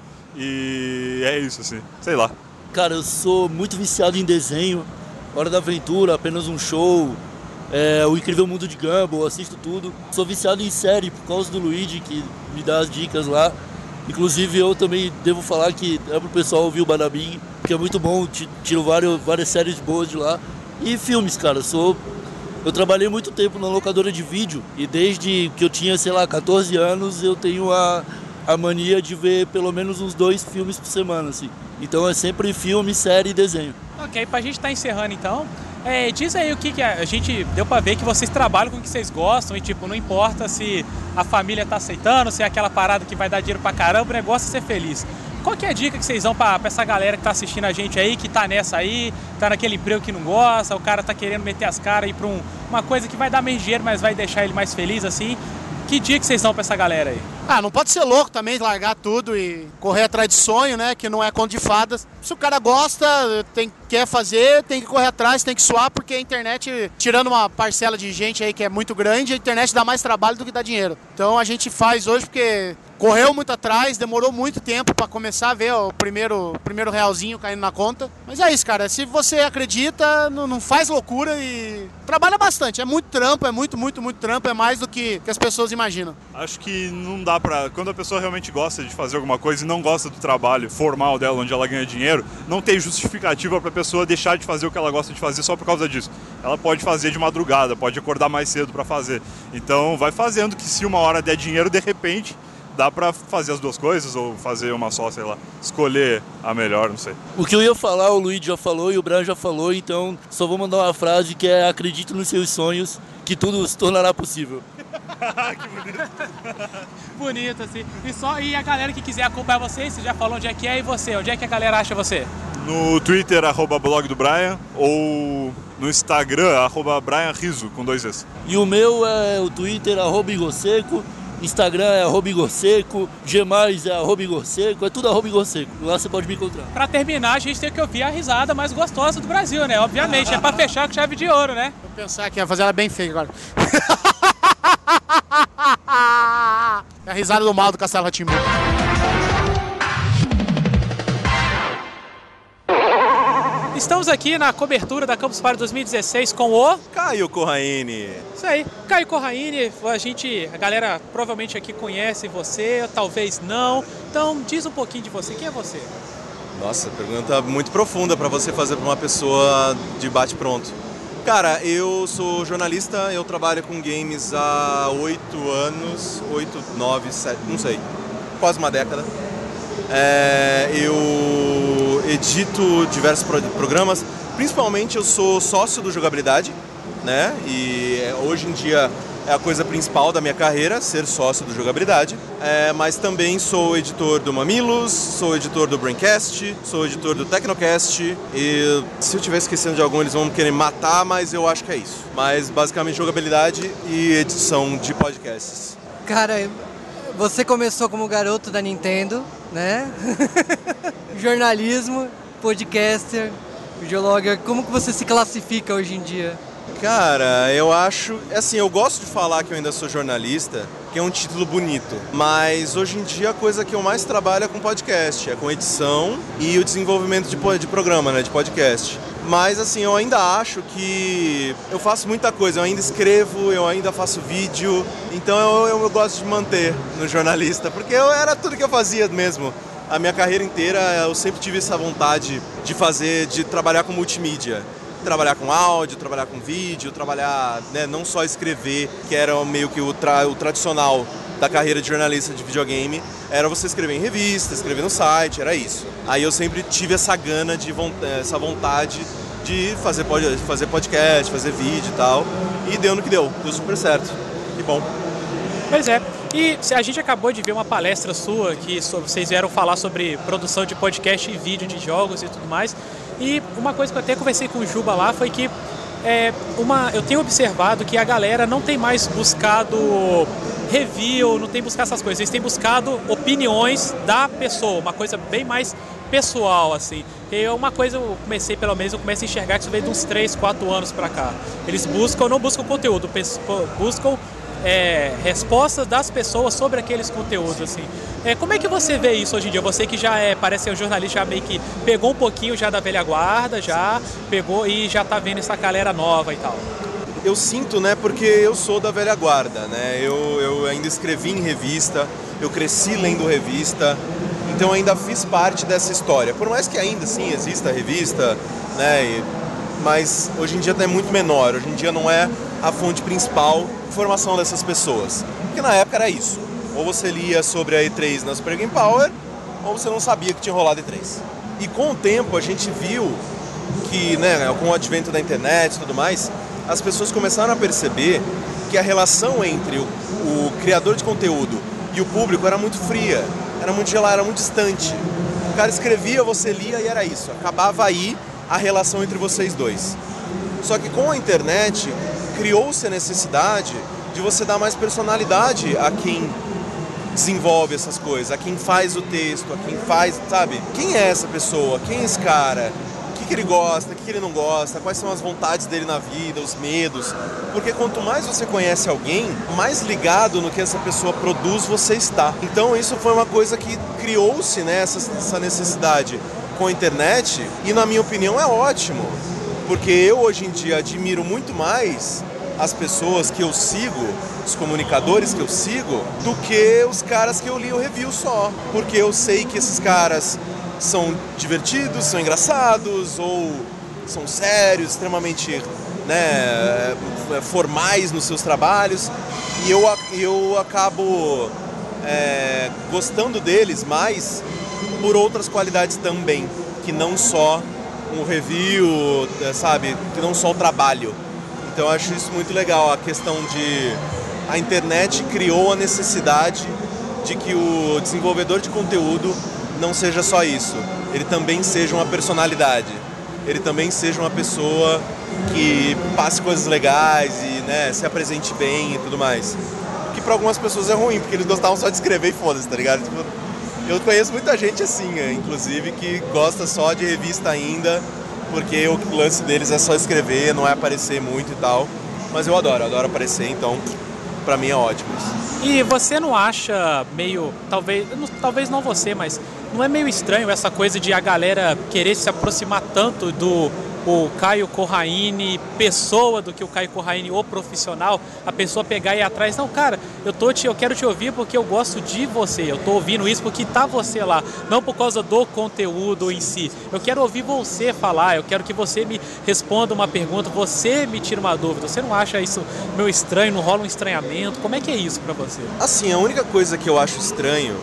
E é isso, assim, sei lá. Cara, eu sou muito viciado em desenho, Hora da Aventura, Apenas um Show, é, O Incrível Mundo de Gumball, assisto tudo. Sou viciado em série por causa do Luigi, que me dá as dicas lá. Inclusive eu também devo falar que é pro pessoal ouvir o Badabing, que é muito bom, tiro várias, várias séries boas de lá. E filmes, cara, sou... eu trabalhei muito tempo na locadora de vídeo e desde que eu tinha, sei lá, catorze anos, eu tenho a, a mania de ver pelo menos uns dois filmes por semana, assim. Então é sempre filme, série e desenho. Ok, pra gente estar encerrando então, é, diz aí o que, que a gente deu pra ver que vocês trabalham com o que vocês gostam e tipo, não importa se a família tá aceitando, se é aquela parada que vai dar dinheiro pra caramba, o negócio é ser feliz. Qual que é a dica que vocês dão pra, pra essa galera que tá assistindo a gente aí, que tá nessa aí, tá naquele emprego que não gosta, o cara tá querendo meter as caras aí pra um, uma coisa que vai dar menos dinheiro, mas vai deixar ele mais feliz assim? Que dica que vocês dão pra essa galera aí? Ah, não pode ser louco também, largar tudo e correr atrás de sonho, né? Que não é conto de fadas. Se o cara gosta, tem, quer fazer, tem que correr atrás, tem que suar, porque a internet, tirando uma parcela de gente aí que é muito grande, a internet dá mais trabalho do que dá dinheiro. Então a gente faz hoje porque correu muito atrás, demorou muito tempo pra começar a ver ó, o primeiro, primeiro realzinho caindo na conta. Mas é isso, cara. Se você acredita, não, não faz loucura e trabalha bastante. É muito trampo, é muito, muito, muito trampo. É mais do que, que as pessoas imaginam. Acho que não dá pra... Quando a pessoa realmente gosta de fazer alguma coisa e não gosta do trabalho formal dela, onde ela ganha dinheiro, não tem justificativa pra pessoa deixar de fazer o que ela gosta de fazer só por causa disso. Ela pode fazer de madrugada, pode acordar mais cedo pra fazer. Então vai fazendo que se uma hora der dinheiro, de repente... dá pra fazer as duas coisas ou fazer uma só, sei lá, escolher a melhor, não sei. O que eu ia falar, o Luiz já falou e o Brian já falou, então só vou mandar uma frase que é: acredite nos seus sonhos, que tudo se tornará possível. Que bonito. Bonito, assim. E, só, e a galera que quiser acompanhar vocês, você já falou onde é que é, e você? Onde é que a galera acha você? No Twitter, arroba blog do Brian, ou no Instagram, arroba Brian Rizzo, com dois S. E o meu é o Twitter, arroba Igor Seco, Instagram é arroba Igor Seco, Gmais é arroba Igor Seco, é tudo arroba Igor Seco. Lá você pode me encontrar. Pra terminar, a gente tem que ouvir a risada mais gostosa do Brasil, né? Obviamente, é pra fechar com chave de ouro, né? Vou pensar aqui, vou fazer ela bem feia agora. É a risada do mal do Castelo Rá-Tim-Bum. Estamos aqui na cobertura da Campus Party dois mil e dezesseis com o... Caio Corraine. Isso aí, Caio Corraine, a gente, a galera provavelmente aqui conhece você, talvez não. Então, diz um pouquinho de você, quem é você? Nossa, pergunta muito profunda para você fazer para uma pessoa de bate-pronto. Cara, eu sou jornalista, eu trabalho com games há oito anos, oito, nove, sete, não sei, quase uma década. É, eu edito diversos programas, principalmente eu sou sócio do Jogabilidade, né? E hoje em dia é a coisa principal da minha carreira, ser sócio do Jogabilidade. É, mas também sou editor do Mamilos, sou editor do Braincast, sou editor do Tecnocast. E se eu estiver esquecendo de algum, eles vão querer matar, mas eu acho que é isso. Mas basicamente jogabilidade e edição de podcasts. Cara, você começou como garoto da Nintendo, né? Jornalismo, podcaster, videologger. Como que você se classifica hoje em dia? Cara, eu acho... Assim, eu gosto de falar que eu ainda sou jornalista, que é um título bonito. Mas hoje em dia a coisa que eu mais trabalho é com podcast, é com edição e o desenvolvimento de, de programa, né, de podcast. Mas assim, eu ainda acho que eu faço muita coisa, eu ainda escrevo, eu ainda faço vídeo. Então eu, eu, eu gosto de manter no jornalista, porque eu, era tudo que eu fazia mesmo. A minha carreira inteira eu sempre tive essa vontade de fazer, de trabalhar com multimídia. Trabalhar com áudio, trabalhar com vídeo, trabalhar, né, não só escrever, que era meio que o, tra o tradicional da carreira de jornalista de videogame, era você escrever em revista, escrever no site, era isso. Aí eu sempre tive essa gana, de essa vontade de fazer, pod fazer podcast, fazer vídeo e tal, e deu no que deu, deu super certo, que bom. Pois é, e a gente acabou de ver uma palestra sua, que vocês vieram falar sobre produção de podcast e vídeo de jogos e tudo mais. E uma coisa que eu até conversei com o Juba lá foi que é, uma, eu tenho observado que a galera não tem mais buscado review, não tem buscado essas coisas, eles têm buscado opiniões da pessoa, uma coisa bem mais pessoal, assim. E uma coisa eu comecei, pelo menos, eu comecei a enxergar que isso veio de uns três, quatro anos pra cá. Eles buscam, não buscam conteúdo, buscam é, respostas das pessoas sobre aqueles conteúdos, assim. É, como é que você vê isso hoje em dia? Você que já é, parece ser um jornalista, já meio que pegou um pouquinho já da velha guarda, já pegou e já tá vendo essa galera nova e tal. Eu sinto, né, porque eu sou da velha guarda, né, eu, eu ainda escrevi em revista, eu cresci lendo revista, então eu ainda fiz parte dessa história. Por mais que ainda, sim, exista a revista, né, e, mas hoje em dia é muito menor, hoje em dia não é a fonte principal de formação dessas pessoas. Porque na época era isso. Ou você lia sobre a E três na Super Game Power, ou você não sabia que tinha rolado E três. E com o tempo a gente viu que, né, com o advento da internet e tudo mais, as pessoas começaram a perceber que a relação entre o, o criador de conteúdo e o público era muito fria, era muito gelada, era muito distante. O cara escrevia, você lia e era isso. Acabava aí a relação entre vocês dois. Só que com a internet criou-se a necessidade de você dar mais personalidade a quem desenvolve essas coisas, a quem faz o texto, a quem faz, sabe? Quem é essa pessoa? Quem é esse cara? O que, que ele gosta? O que, que ele não gosta? Quais são as vontades dele na vida, os medos? Porque quanto mais você conhece alguém, mais ligado no que essa pessoa produz você está. Então isso foi uma coisa que criou-se, né, essa, essa necessidade com a internet, e na minha opinião é ótimo, porque eu hoje em dia admiro muito mais as pessoas que eu sigo, os comunicadores que eu sigo, do que os caras que eu li o review só. Porque eu sei que esses caras são divertidos, são engraçados, ou são sérios, extremamente, né, formais nos seus trabalhos. E eu, eu acabo é, gostando deles mais por outras qualidades também, que não só um review, sabe, que não só o trabalho. Então eu acho isso muito legal, a questão de... A internet criou a necessidade de que o desenvolvedor de conteúdo não seja só isso. Ele também seja uma personalidade. Ele também seja uma pessoa que passe coisas legais e, né, se apresente bem e tudo mais. Que pra algumas pessoas é ruim, porque eles gostavam só de escrever e foda-se, tá ligado? Tipo, eu conheço muita gente assim, inclusive, que gosta só de revista ainda, porque o lance deles é só escrever, não é aparecer muito e tal. Mas eu adoro, eu adoro aparecer, então pra mim é ótimo isso. E você não acha meio, talvez, talvez não você, mas não é meio estranho essa coisa de a galera querer se aproximar tanto do o Caio Corraine, pessoa, do que o Caio Corraine, o profissional, a pessoa pegar e ir atrás, não, cara, eu, tô te, eu quero te ouvir porque eu gosto de você, eu tô ouvindo isso porque tá você lá, não por causa do conteúdo em si, eu quero ouvir você falar, eu quero que você me responda uma pergunta, você me tira uma dúvida, você não acha isso meio estranho, não rola um estranhamento, como é que é isso pra você? Assim, a única coisa que eu acho estranho,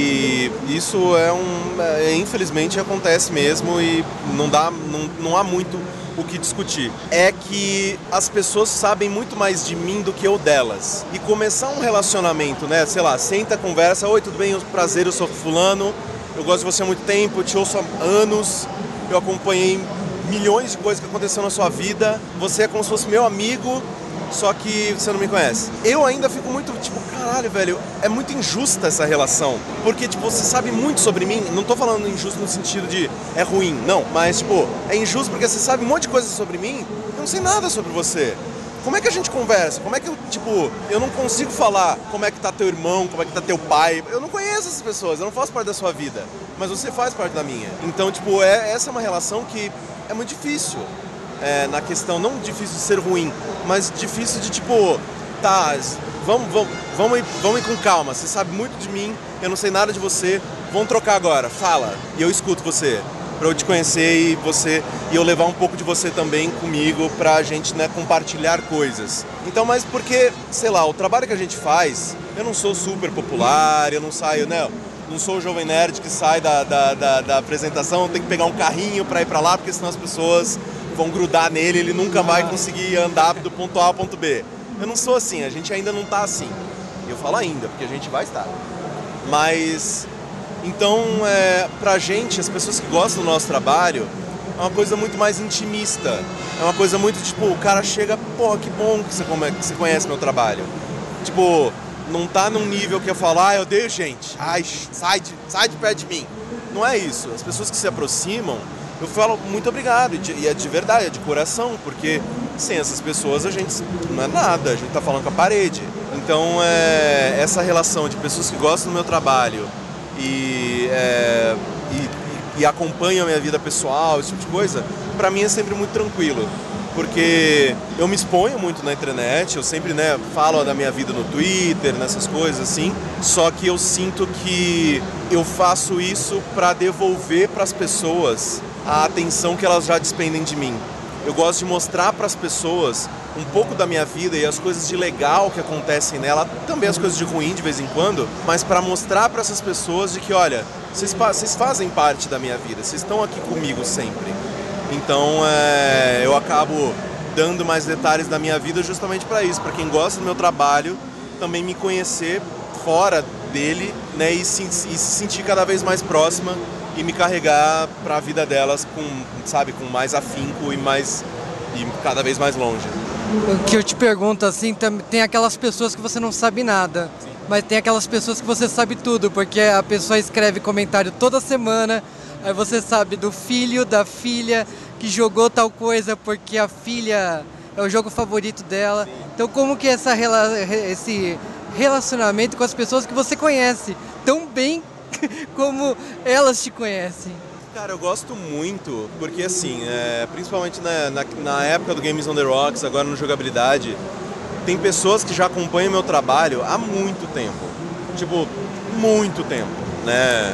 e isso é um, é, infelizmente acontece mesmo e não dá, não, não há muito o que discutir, é que as pessoas sabem muito mais de mim do que eu delas. E começar um relacionamento, né, sei lá, senta, conversa, oi, tudo bem, prazer, eu sou fulano, eu gosto de você há muito tempo, eu te ouço há anos, eu acompanhei milhões de coisas que aconteceram na sua vida, você é como se fosse meu amigo, só que você não me conhece. Eu ainda fico muito, tipo, caralho, velho, é muito injusta essa relação. Porque, tipo, você sabe muito sobre mim, não tô falando injusto no sentido de é ruim, não. Mas, tipo, é injusto porque você sabe um monte de coisa sobre mim, eu não sei nada sobre você. Como é que a gente conversa? Como é que eu, tipo, eu não consigo falar como é que tá teu irmão, como é que tá teu pai. Eu não conheço essas pessoas, eu não faço parte da sua vida. Mas você faz parte da minha. Então, tipo, é, essa é uma relação que é muito difícil. É, na questão, não difícil de ser ruim, mas difícil de tipo, tá, vamos, vamos, vamos, ir, vamos ir com calma, você sabe muito de mim, eu não sei nada de você, vamos trocar agora, fala, e eu escuto você, pra eu te conhecer e você, e eu levar um pouco de você também comigo pra gente, né, compartilhar coisas. Então, mas porque, sei lá, o trabalho que a gente faz, eu não sou super popular, eu não saio, né, não sou o jovem nerd que sai da, da, da, da apresentação, tem que pegar um carrinho pra ir pra lá, porque senão as pessoas vão grudar nele, ele nunca vai conseguir andar do ponto A ao ponto B. Eu não sou assim, a gente ainda não tá assim. Eu falo ainda, porque a gente vai estar. Mas, então, é, pra gente, as pessoas que gostam do nosso trabalho, é uma coisa muito mais intimista. É uma coisa muito, tipo, o cara chega, porra, que bom que você, que você conhece meu trabalho. Tipo, não tá num nível que eu falo, ah, eu odeio gente, ai, sai de, sai de perto de mim. Não é isso. As pessoas que se aproximam, eu falo muito obrigado, e é de verdade, é de coração, porque sem essas pessoas a gente não é nada, a gente tá falando com a parede. Então, é, essa relação de pessoas que gostam do meu trabalho e, é, e, e acompanham a minha vida pessoal, esse tipo de coisa, pra mim é sempre muito tranquilo. Porque eu me exponho muito na internet, eu sempre, né, falo da minha vida no Twitter, nessas coisas assim, só que eu sinto que eu faço isso pra devolver pras pessoas a atenção que elas já despendem de mim. Eu gosto de mostrar para as pessoas um pouco da minha vida e as coisas de legal que acontecem nela, também as coisas de ruim de vez em quando, mas para mostrar para essas pessoas de que, olha, vocês, vocês fazem parte da minha vida, vocês estão aqui comigo sempre. Então, é, eu acabo dando mais detalhes da minha vida justamente para isso, para quem gosta do meu trabalho, também me conhecer fora dele, né, e se, e se sentir cada vez mais próxima e me carregar para a vida delas com, sabe, com mais afinco e mais e cada vez mais longe. O que eu te pergunto assim, tem aquelas pessoas que você não sabe nada, sim, mas tem aquelas pessoas que você sabe tudo, porque a pessoa escreve comentário toda semana, aí você sabe do filho, da filha que jogou tal coisa porque a filha é o jogo favorito dela. Sim. Então como que é essa, esse relacionamento com as pessoas que você conhece tão bem como elas te conhecem? Cara, eu gosto muito, porque assim, é, principalmente na, na, na época do Games on the Rocks, agora no Jogabilidade, tem pessoas que já acompanham meu trabalho há muito tempo. Tipo, muito tempo, né?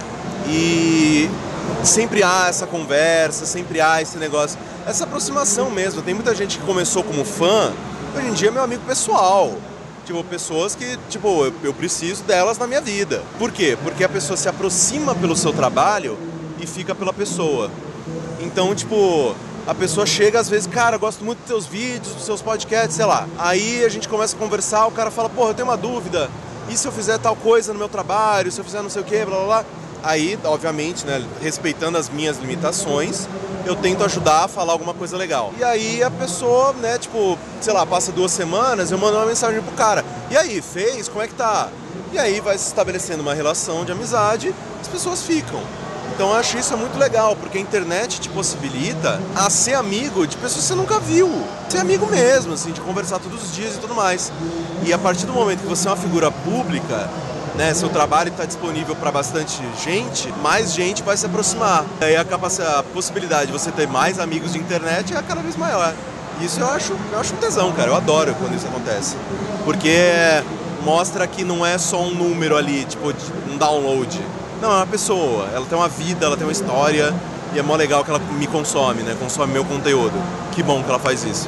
E sempre há essa conversa, sempre há esse negócio, essa aproximação mesmo. Tem muita gente que começou como fã, hoje em dia é meu amigo pessoal. Tipo, pessoas que, tipo, eu, eu preciso delas na minha vida. Por quê? Porque a pessoa se aproxima pelo seu trabalho e fica pela pessoa. Então, tipo, a pessoa chega às vezes, cara, eu gosto muito dos teus vídeos, dos seus podcasts, sei lá. Aí a gente começa a conversar, o cara fala, porra, eu tenho uma dúvida. E se eu fizer tal coisa no meu trabalho, se eu fizer não sei o quê, blá blá blá. Aí, obviamente, né, respeitando as minhas limitações, eu tento ajudar a falar alguma coisa legal. E aí a pessoa, né, tipo, sei lá, passa duas semanas, eu mando uma mensagem pro cara. E aí, fez? Como é que tá? E aí vai se estabelecendo uma relação de amizade, as pessoas ficam. Então eu acho isso muito legal, porque a internet te possibilita a ser amigo de pessoas que você nunca viu. Ser amigo mesmo, assim, de conversar todos os dias e tudo mais. E a partir do momento que você é uma figura pública, né, seu trabalho está disponível para bastante gente, mais gente vai se aproximar. E aí a, capacidade, a possibilidade de você ter mais amigos de internet é cada vez maior. Isso eu acho, eu acho um tesão, cara. Eu adoro quando isso acontece. Porque mostra que não é só um número ali, tipo, um download. Não, é uma pessoa. Ela tem uma vida, ela tem uma história. E é mó legal que ela me consome, né? Consome meu conteúdo. Que bom que ela faz isso.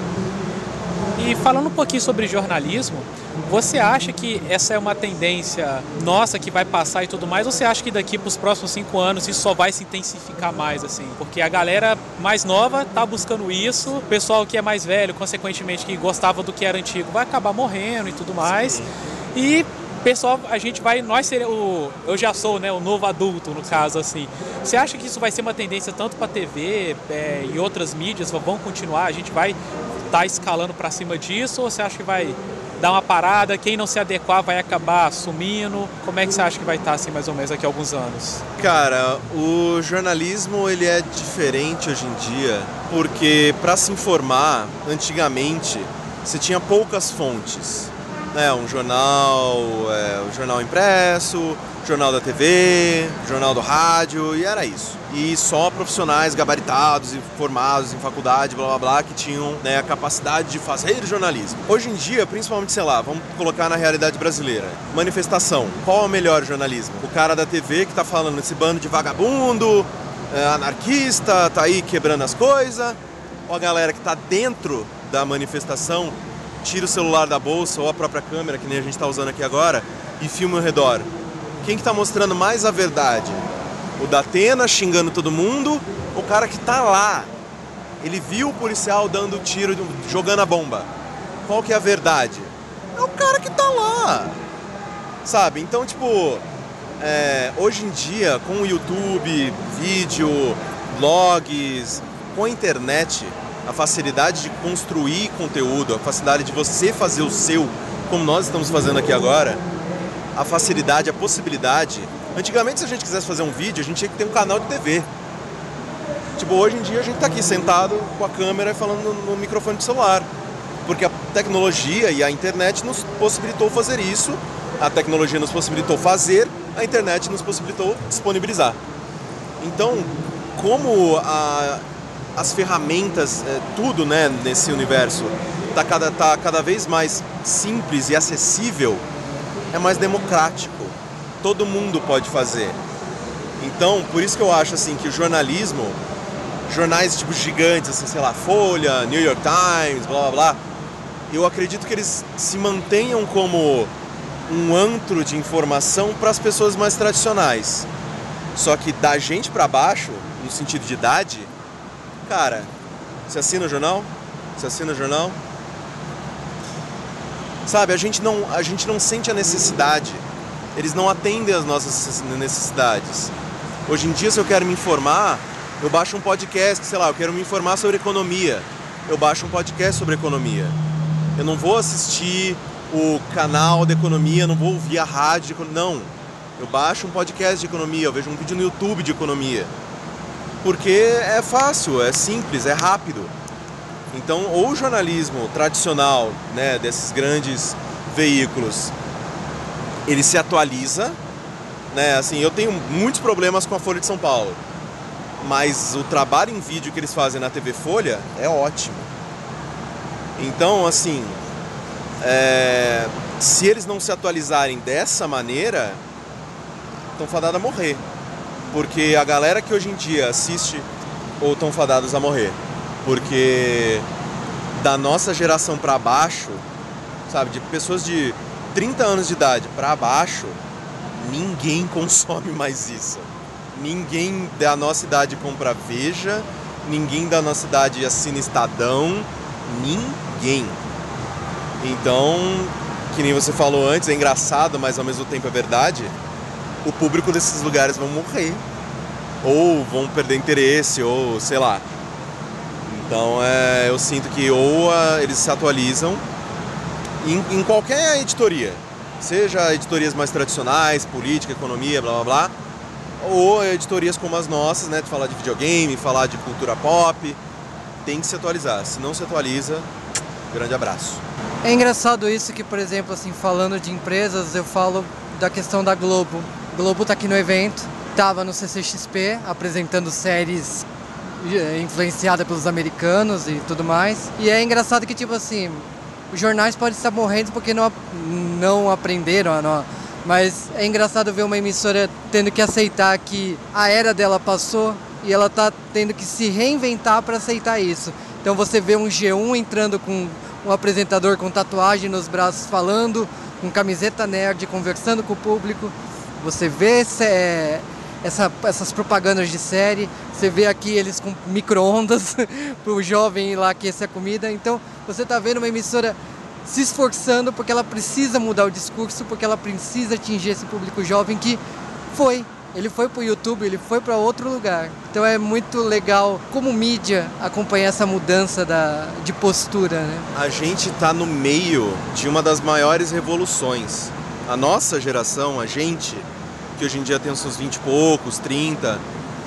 E falando um pouquinho sobre jornalismo, você acha que essa é uma tendência nossa que vai passar e tudo mais, ou você acha que daqui para os próximos cinco anos isso só vai se intensificar mais, assim? Porque a galera mais nova tá buscando isso, o pessoal que é mais velho, consequentemente, que gostava do que era antigo, vai acabar morrendo e tudo mais. Sim. E pessoal, a gente vai, nós seria o, eu já sou, né, o novo adulto, no caso, assim. Você acha que isso vai ser uma tendência tanto para T V é, e outras mídias, vão continuar, a gente vai tá escalando para cima disso, ou você acha que vai dar uma parada, quem não se adequar vai acabar sumindo? Como é que você acha que vai estar assim mais ou menos daqui a alguns anos? Cara, o jornalismo ele é diferente hoje em dia, porque para se informar, antigamente, você tinha poucas fontes. Né? Um jornal, é, o jornal impresso, jornal da T V, jornal do rádio, e era isso. E só profissionais gabaritados e formados em faculdade, blá blá blá, que tinham, né, a capacidade de fazer jornalismo. Hoje em dia, principalmente, sei lá, vamos colocar na realidade brasileira. Manifestação. Qual é o melhor jornalismo? O cara da T V que tá falando esse bando de vagabundo, é, anarquista, tá aí quebrando as coisas, ou a galera que tá dentro da manifestação, tira o celular da bolsa ou a própria câmera, que nem a gente tá usando aqui agora, e filma ao redor. Quem que tá mostrando mais a verdade? O da Atena xingando todo mundo, o cara que tá lá. Ele viu o policial dando tiro, jogando a bomba. Qual que é a verdade? É o cara que tá lá. Sabe? Então, tipo, é, hoje em dia, com o YouTube, vídeo, blogs, com a internet, a facilidade de construir conteúdo, a facilidade de você fazer o seu, como nós estamos fazendo aqui agora, a facilidade, a possibilidade. Antigamente, se a gente quisesse fazer um vídeo, a gente tinha que ter um canal de T V. Tipo, hoje em dia a gente tá aqui sentado com a câmera e falando no, no microfone do celular. Porque a tecnologia e a internet nos possibilitou fazer isso, a tecnologia nos possibilitou fazer, a internet nos possibilitou disponibilizar. Então, como a, as ferramentas, é, tudo, né, nesse universo tá cada, tá cada vez mais simples e acessível, é mais democrático. Todo mundo pode fazer. Então, por isso que eu acho assim que o jornalismo, jornais tipo gigantes, assim, sei lá, Folha, New York Times, blá blá blá, eu acredito que eles se mantenham como um antro de informação para as pessoas mais tradicionais. Só que da gente para baixo, no sentido de idade, cara, você assina o jornal? Você assina o jornal? Sabe, a gente não, a gente não sente a necessidade. Eles não atendem às nossas necessidades. Hoje em dia, se eu quero me informar, eu baixo um podcast, sei lá, eu quero me informar sobre economia. Eu baixo um podcast sobre economia. Eu não vou assistir o canal de economia, não vou ouvir a rádio de economia. Não. Eu baixo um podcast de economia, eu vejo um vídeo no YouTube de economia. Porque é fácil, é simples, é rápido. Então, ou o jornalismo tradicional, né, desses grandes veículos, ele se atualiza, né? Assim, eu tenho muitos problemas com a Folha de São Paulo, mas o trabalho em vídeo que eles fazem na T V Folha é ótimo. Então, assim, é... se eles não se atualizarem dessa maneira, estão fadados a morrer. Porque a galera que hoje em dia assiste, ou estão fadados a morrer. Porque da nossa geração para baixo, sabe, de pessoas de trinta anos de idade para baixo, ninguém consome mais isso. Ninguém da nossa idade compra Veja, ninguém da nossa idade assina Estadão, ninguém. Então, que nem você falou antes, é engraçado, mas ao mesmo tempo é verdade. o público desses lugares vão morrer. Ou vão perder interesse, ou sei lá. Então é, eu sinto que ou a, eles se atualizam em, em qualquer editoria, seja editorias mais tradicionais, política, economia, blá blá blá, ou editorias como as nossas, né, de falar de videogame, falar de cultura pop, tem que se atualizar. Se não se atualiza, grande abraço. É engraçado isso que, por exemplo, assim, falando de empresas, eu falo da questão da Globo. Globo tá aqui no evento, tava no C C X P apresentando séries influenciada pelos americanos e tudo mais. E é engraçado que, tipo assim, os jornais podem estar morrendo porque não, não aprenderam, não, mas é engraçado ver uma emissora tendo que aceitar que a era dela passou e ela tá tendo que se reinventar para aceitar isso. Então você vê um G um entrando com um apresentador com tatuagem nos braços falando, com camiseta nerd, conversando com o público. Você vê esse, essa, essas propagandas de série, você vê aqui eles com micro-ondas para o jovem ir lá aquecer a comida. Então você está vendo uma emissora se esforçando porque ela precisa mudar o discurso, porque ela precisa atingir esse público jovem que foi. Ele foi para o YouTube, ele foi para outro lugar. Então é muito legal como mídia acompanhar essa mudança da, de postura, né? A gente está no meio de uma das maiores revoluções. A nossa geração, a gente, que hoje em dia tem os seus vinte e poucos, trinta,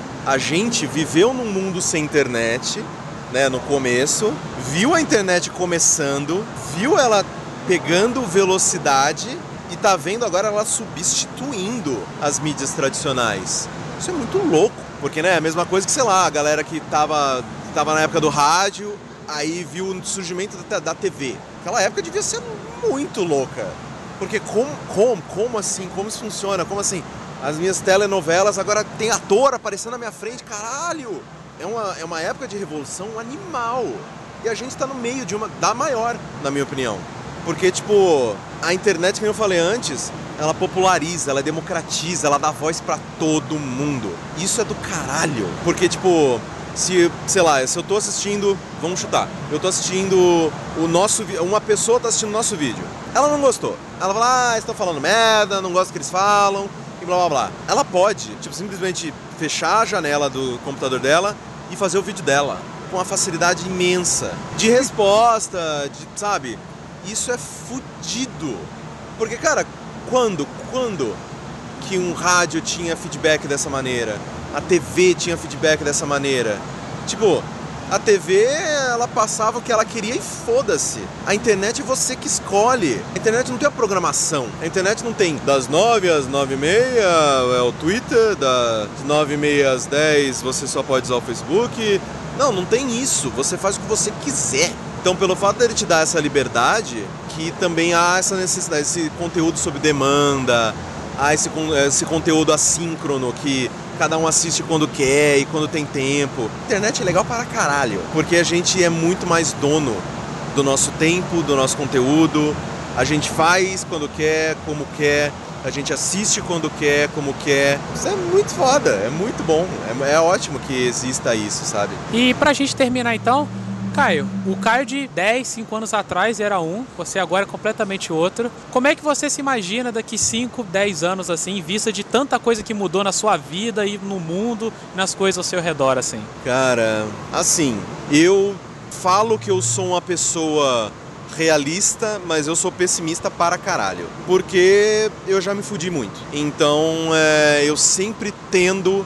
a gente viveu num mundo sem internet, né, no começo, viu a internet começando, viu ela pegando velocidade e tá vendo agora ela substituindo as mídias tradicionais. Isso é muito louco, porque, né, é a mesma coisa que, sei lá, a galera que tava, tava na época do rádio, aí viu o surgimento da, da T V. Aquela época devia ser muito louca. Porque como, como, como assim? Como isso funciona? Como assim? As minhas telenovelas agora tem ator aparecendo na minha frente, caralho! É uma, é uma época de revolução animal. E a gente tá no meio de uma da maior, na minha opinião. Porque, tipo, a internet, como eu falei antes, ela populariza, ela democratiza, ela dá voz pra todo mundo. Isso é do caralho. Porque, tipo, se, sei lá, se eu tô assistindo, vamos chutar, eu tô assistindo o nosso, uma pessoa tá assistindo o nosso vídeo. Ela não gostou. Ela fala, ah, eles estão falando merda, não gosto do que eles falam, e blá blá blá. Ela pode, tipo, simplesmente fechar a janela do computador dela e fazer o vídeo dela com uma facilidade imensa. De resposta, de, sabe? Isso é fudido. Porque, cara, quando, quando que um rádio tinha feedback dessa maneira? A T V tinha feedback dessa maneira? Tipo, a T V, ela passava o que ela queria e foda-se. A internet é você que escolhe. A internet não tem a programação. A internet não tem das nove às nove e meia é o Twitter, das nove e meia às dez você só pode usar o Facebook. Não, não tem isso. Você faz o que você quiser. Então, pelo fato dele te dar essa liberdade, que também há essa necessidade, esse conteúdo sob demanda, há esse, esse conteúdo assíncrono que cada um assiste quando quer e quando tem tempo. A internet é legal para caralho, porque a gente é muito mais dono do nosso tempo, do nosso conteúdo. A gente faz quando quer, como quer. A gente assiste quando quer, como quer. Isso é muito foda, é muito bom. É, é ótimo que exista isso, sabe? E pra gente terminar então, Caio, o Caio de dez, cinco anos atrás era um, você agora é completamente outro. Como é que você se imagina daqui cinco, dez anos, assim, em vista de tanta coisa que mudou na sua vida e no mundo, nas coisas ao seu redor, assim? Cara, assim, eu falo que eu sou uma pessoa realista, mas eu sou pessimista para caralho. Porque eu já me fudi muito. Então, é, eu sempre tendo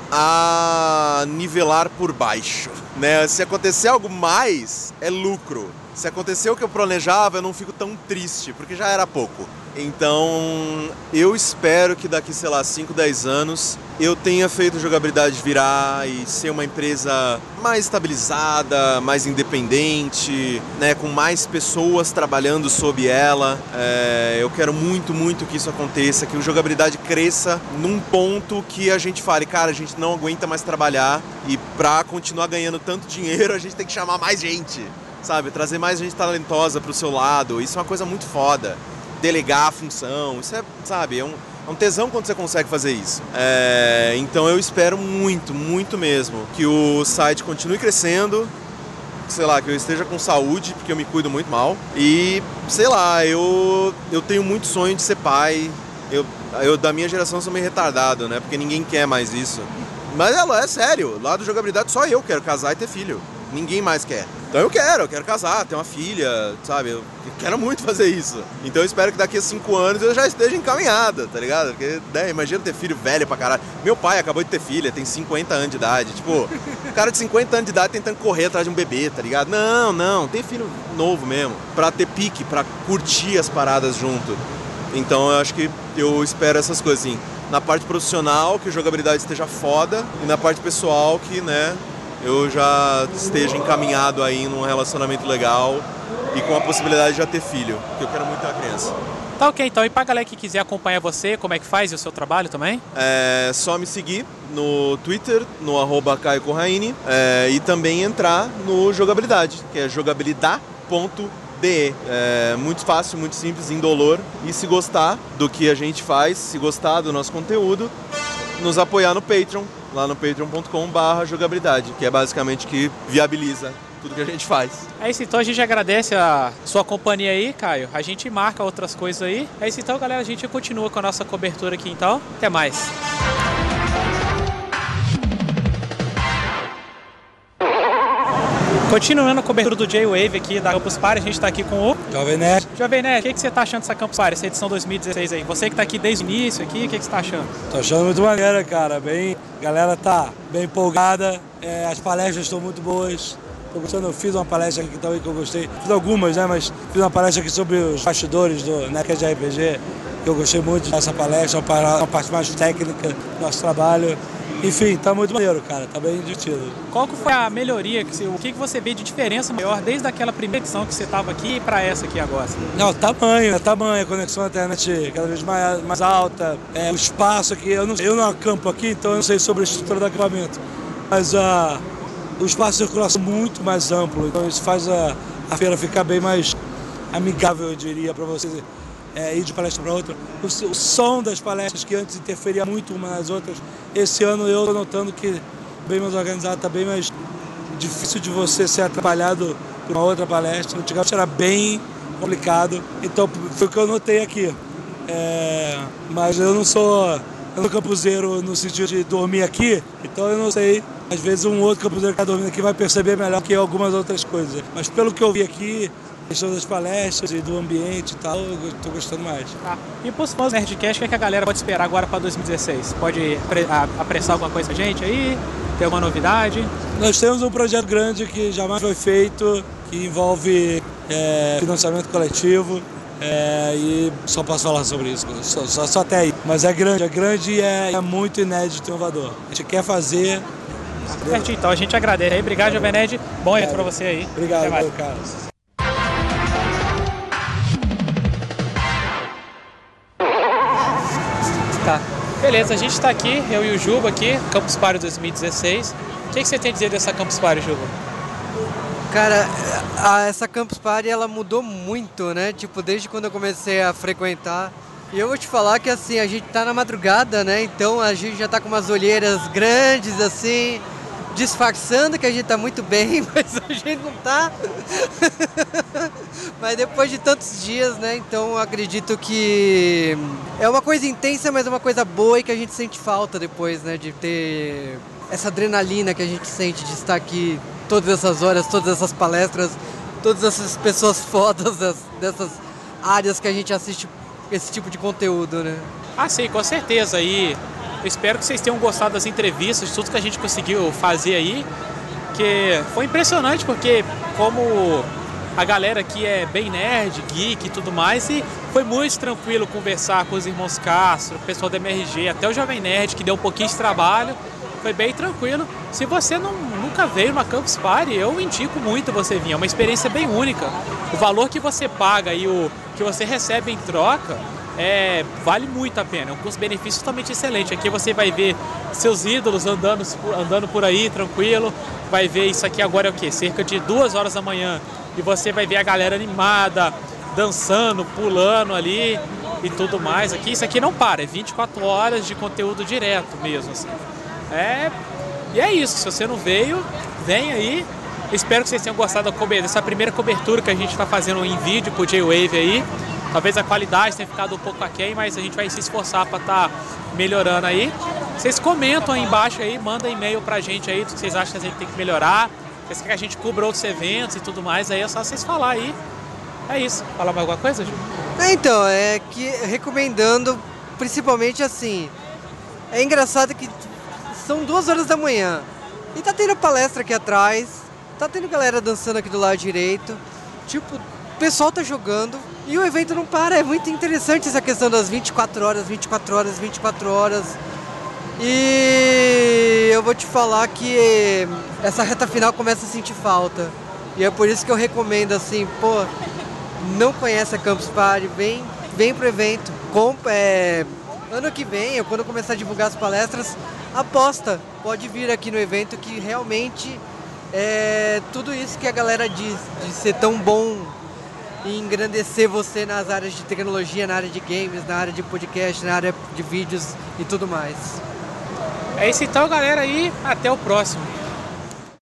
a nivelar por baixo. Né? Se acontecer algo mais, é lucro. Se acontecer o que eu planejava, eu não fico tão triste, porque já era pouco. Então, eu espero que daqui, sei lá, cinco, dez anos, eu tenha feito a jogabilidade virar e ser uma empresa mais estabilizada, mais independente, né, com mais pessoas trabalhando sob ela. É, eu quero muito, muito que isso aconteça, que a jogabilidade cresça num ponto que a gente fale, cara, a gente não aguenta mais trabalhar e pra continuar ganhando tanto dinheiro, a gente tem que chamar mais gente, sabe? Trazer mais gente talentosa pro seu lado. Isso é uma coisa muito foda. Delegar a função, isso é, sabe, é um, é um tesão quando você consegue fazer isso. É, então eu espero muito, muito mesmo, que o site continue crescendo, sei lá, que eu esteja com saúde, porque eu me cuido muito mal. E, sei lá, eu, eu tenho muito sonho de ser pai, Eu, eu da minha geração sou meio retardado, né? Porque ninguém quer mais isso. Mas ela é sério, lá do jogabilidade só eu quero casar e ter filho. Ninguém mais quer. Então eu quero, eu quero casar, ter uma filha, sabe? Eu quero muito fazer isso. Então eu espero que daqui a cinco anos eu já esteja encaminhada, tá ligado? Porque, né, imagina ter filho velho pra caralho. Meu pai acabou de ter filha, tem cinquenta anos de idade. Tipo, o cara de cinquenta anos de idade tentando correr atrás de um bebê, tá ligado? Não, não, tem filho novo mesmo. Pra ter pique, pra curtir as paradas junto. Então eu acho que eu espero essas coisas assim. Na parte profissional, que a jogabilidade esteja foda. E na parte pessoal, que, né, eu já esteja encaminhado aí num relacionamento legal e com a possibilidade de já ter filho, porque eu quero muito ter uma criança. Tá ok, então. E pra galera que quiser acompanhar você, como é que faz e o seu trabalho também? É só me seguir no Twitter, no arroba Caio Corraine, é, e também entrar no Jogabilidade, que é jogabilidade ponto de. É muito fácil, muito simples, indolor. E se gostar do que a gente faz, se gostar do nosso conteúdo, nos apoiar no Patreon, lá no patreon ponto com barra jogabilidade, que é basicamente que viabiliza tudo que a gente faz. É isso, então a gente agradece a sua companhia aí, Caio. A gente marca outras coisas aí. É isso então, galera, a gente continua com a nossa cobertura aqui então. Até mais. Continuando a cobertura do J-Wave aqui da Campus Party, a gente está aqui com o Jovem Nerd. Jovem Nerd, o que, que você está achando dessa Campus Party, essa edição dois mil e dezesseis aí? Você que está aqui desde o início aqui, o que, que você está achando? Tô achando muito maneira, cara. Bem, a galera tá bem empolgada, é, as palestras estão muito boas. Tô gostando, eu fiz uma palestra aqui também que eu gostei. Fiz algumas, né, mas fiz uma palestra aqui sobre os bastidores do Naked R P G, que eu gostei muito dessa palestra, uma parte mais técnica do nosso trabalho. Enfim, tá muito maneiro, cara, tá bem divertido. Qual que foi a melhoria, que você, o que, que você vê de diferença maior desde aquela primeira edição que você estava aqui para essa aqui agora? Não, tamanho, tamanho, a conexão à internet cada vez mais, mais alta, é, o espaço aqui, eu não, eu não acampo aqui, então eu não sei sobre a estrutura do acampamento, mas uh, o espaço de circulação é muito mais amplo, então isso faz a, a feira ficar bem mais amigável, eu diria, para você. É, ir de palestra para outra. O, o som das palestras que antes interferia muito uma nas outras, esse ano eu estou notando que bem mais organizado, está bem mais difícil de você ser atrapalhado por uma outra palestra. Antigamente era bem complicado, então foi o que eu notei aqui. É, mas eu não sou, eu não sou campuseiro no sentido de dormir aqui, então eu não sei. Às vezes um outro campuseiro que está dormindo aqui vai perceber melhor que algumas outras coisas. Mas pelo que eu vi aqui, questão das palestras e do ambiente e tal, eu tô gostando mais. Ah, e pros fãs do Nerdcast, o que, é que a galera pode esperar agora para dois mil e dezesseis? Pode apressar alguma coisa pra gente aí? Tem alguma novidade? Nós temos um projeto grande que jamais foi feito, que envolve é, financiamento coletivo, é, e só posso falar sobre isso, só, só, só até aí. Mas é grande, é grande e é, é muito inédito e inovador. A gente quer fazer... Certinho, então a gente agradece aí. Obrigado, Jovem Nerd. Bom evento pra você aí. Obrigado, meu cara. Tá. Beleza, a gente tá aqui, eu e o Juba aqui, Campus Party dois mil e dezesseis. O que, que você tem a dizer dessa Campus Party, Juba? Cara, a, essa Campus Party ela mudou muito, né? Tipo, desde quando eu comecei a frequentar. E eu vou te falar que assim, a gente tá na madrugada, né? Então a gente já tá com umas olheiras grandes assim, disfarçando que a gente tá muito bem, mas a gente não tá. Mas depois de tantos dias, né? Então eu acredito que é uma coisa intensa, mas é uma coisa boa e que a gente sente falta depois, né? De ter essa adrenalina que a gente sente de estar aqui todas essas horas, todas essas palestras, todas essas pessoas fodas das, dessas áreas que a gente assiste esse tipo de conteúdo, né? Ah, sim, com certeza. E eu espero que vocês tenham gostado das entrevistas, de tudo que a gente conseguiu fazer aí, que foi impressionante, porque como a galera aqui é bem nerd, geek e tudo mais, e foi muito tranquilo conversar com os irmãos Castro, o pessoal da M R G, até o Jovem Nerd, que deu um pouquinho de trabalho, foi bem tranquilo. Se você não, nunca veio numa Campus Party, eu indico muito você vir, é uma experiência bem única. O valor que você paga e o que você recebe em troca é, vale muito a pena, é um custo-benefício totalmente excelente. Aqui você vai ver seus ídolos andando, andando por aí tranquilo, vai ver isso aqui agora é o quê? Cerca de duas horas da manhã, e você vai ver a galera animada, dançando, pulando ali e tudo mais. Aqui, isso aqui não para, é vinte e quatro horas de conteúdo direto mesmo, assim. É, e é isso, se você não veio, vem aí. Espero que vocês tenham gostado da cobertura, dessa primeira cobertura que a gente está fazendo em vídeo pro J-Wave aí. Talvez a qualidade tenha ficado um pouco aquém, mas a gente vai se esforçar para estar tá melhorando aí. Vocês comentam aí embaixo aí, mandam e-mail pra gente aí do que vocês acham que a gente tem que melhorar. Vocês querem que a gente cubra outros eventos e tudo mais, aí é só vocês falar aí. É isso. Falar mais alguma coisa, Ju? Então, é que recomendando, principalmente assim, é engraçado que são duas horas da manhã e tá tendo palestra aqui atrás, tá tendo galera dançando aqui do lado direito, tipo, o pessoal tá jogando e o evento não para. É muito interessante essa questão das vinte e quatro horas, vinte e quatro horas, vinte e quatro horas. E eu vou te falar que essa reta final começa a sentir falta. E é por isso que eu recomendo assim, pô, não conhece a Campus Party, vem, vem pro evento. Com, é, ano que vem, ou quando eu começar a divulgar as palestras, aposta, pode vir aqui no evento que realmente é tudo isso que a galera diz, de ser tão bom e engrandecer você nas áreas de tecnologia, na área de games, na área de podcast, na área de vídeos e tudo mais. É isso então, galera, e até o próximo.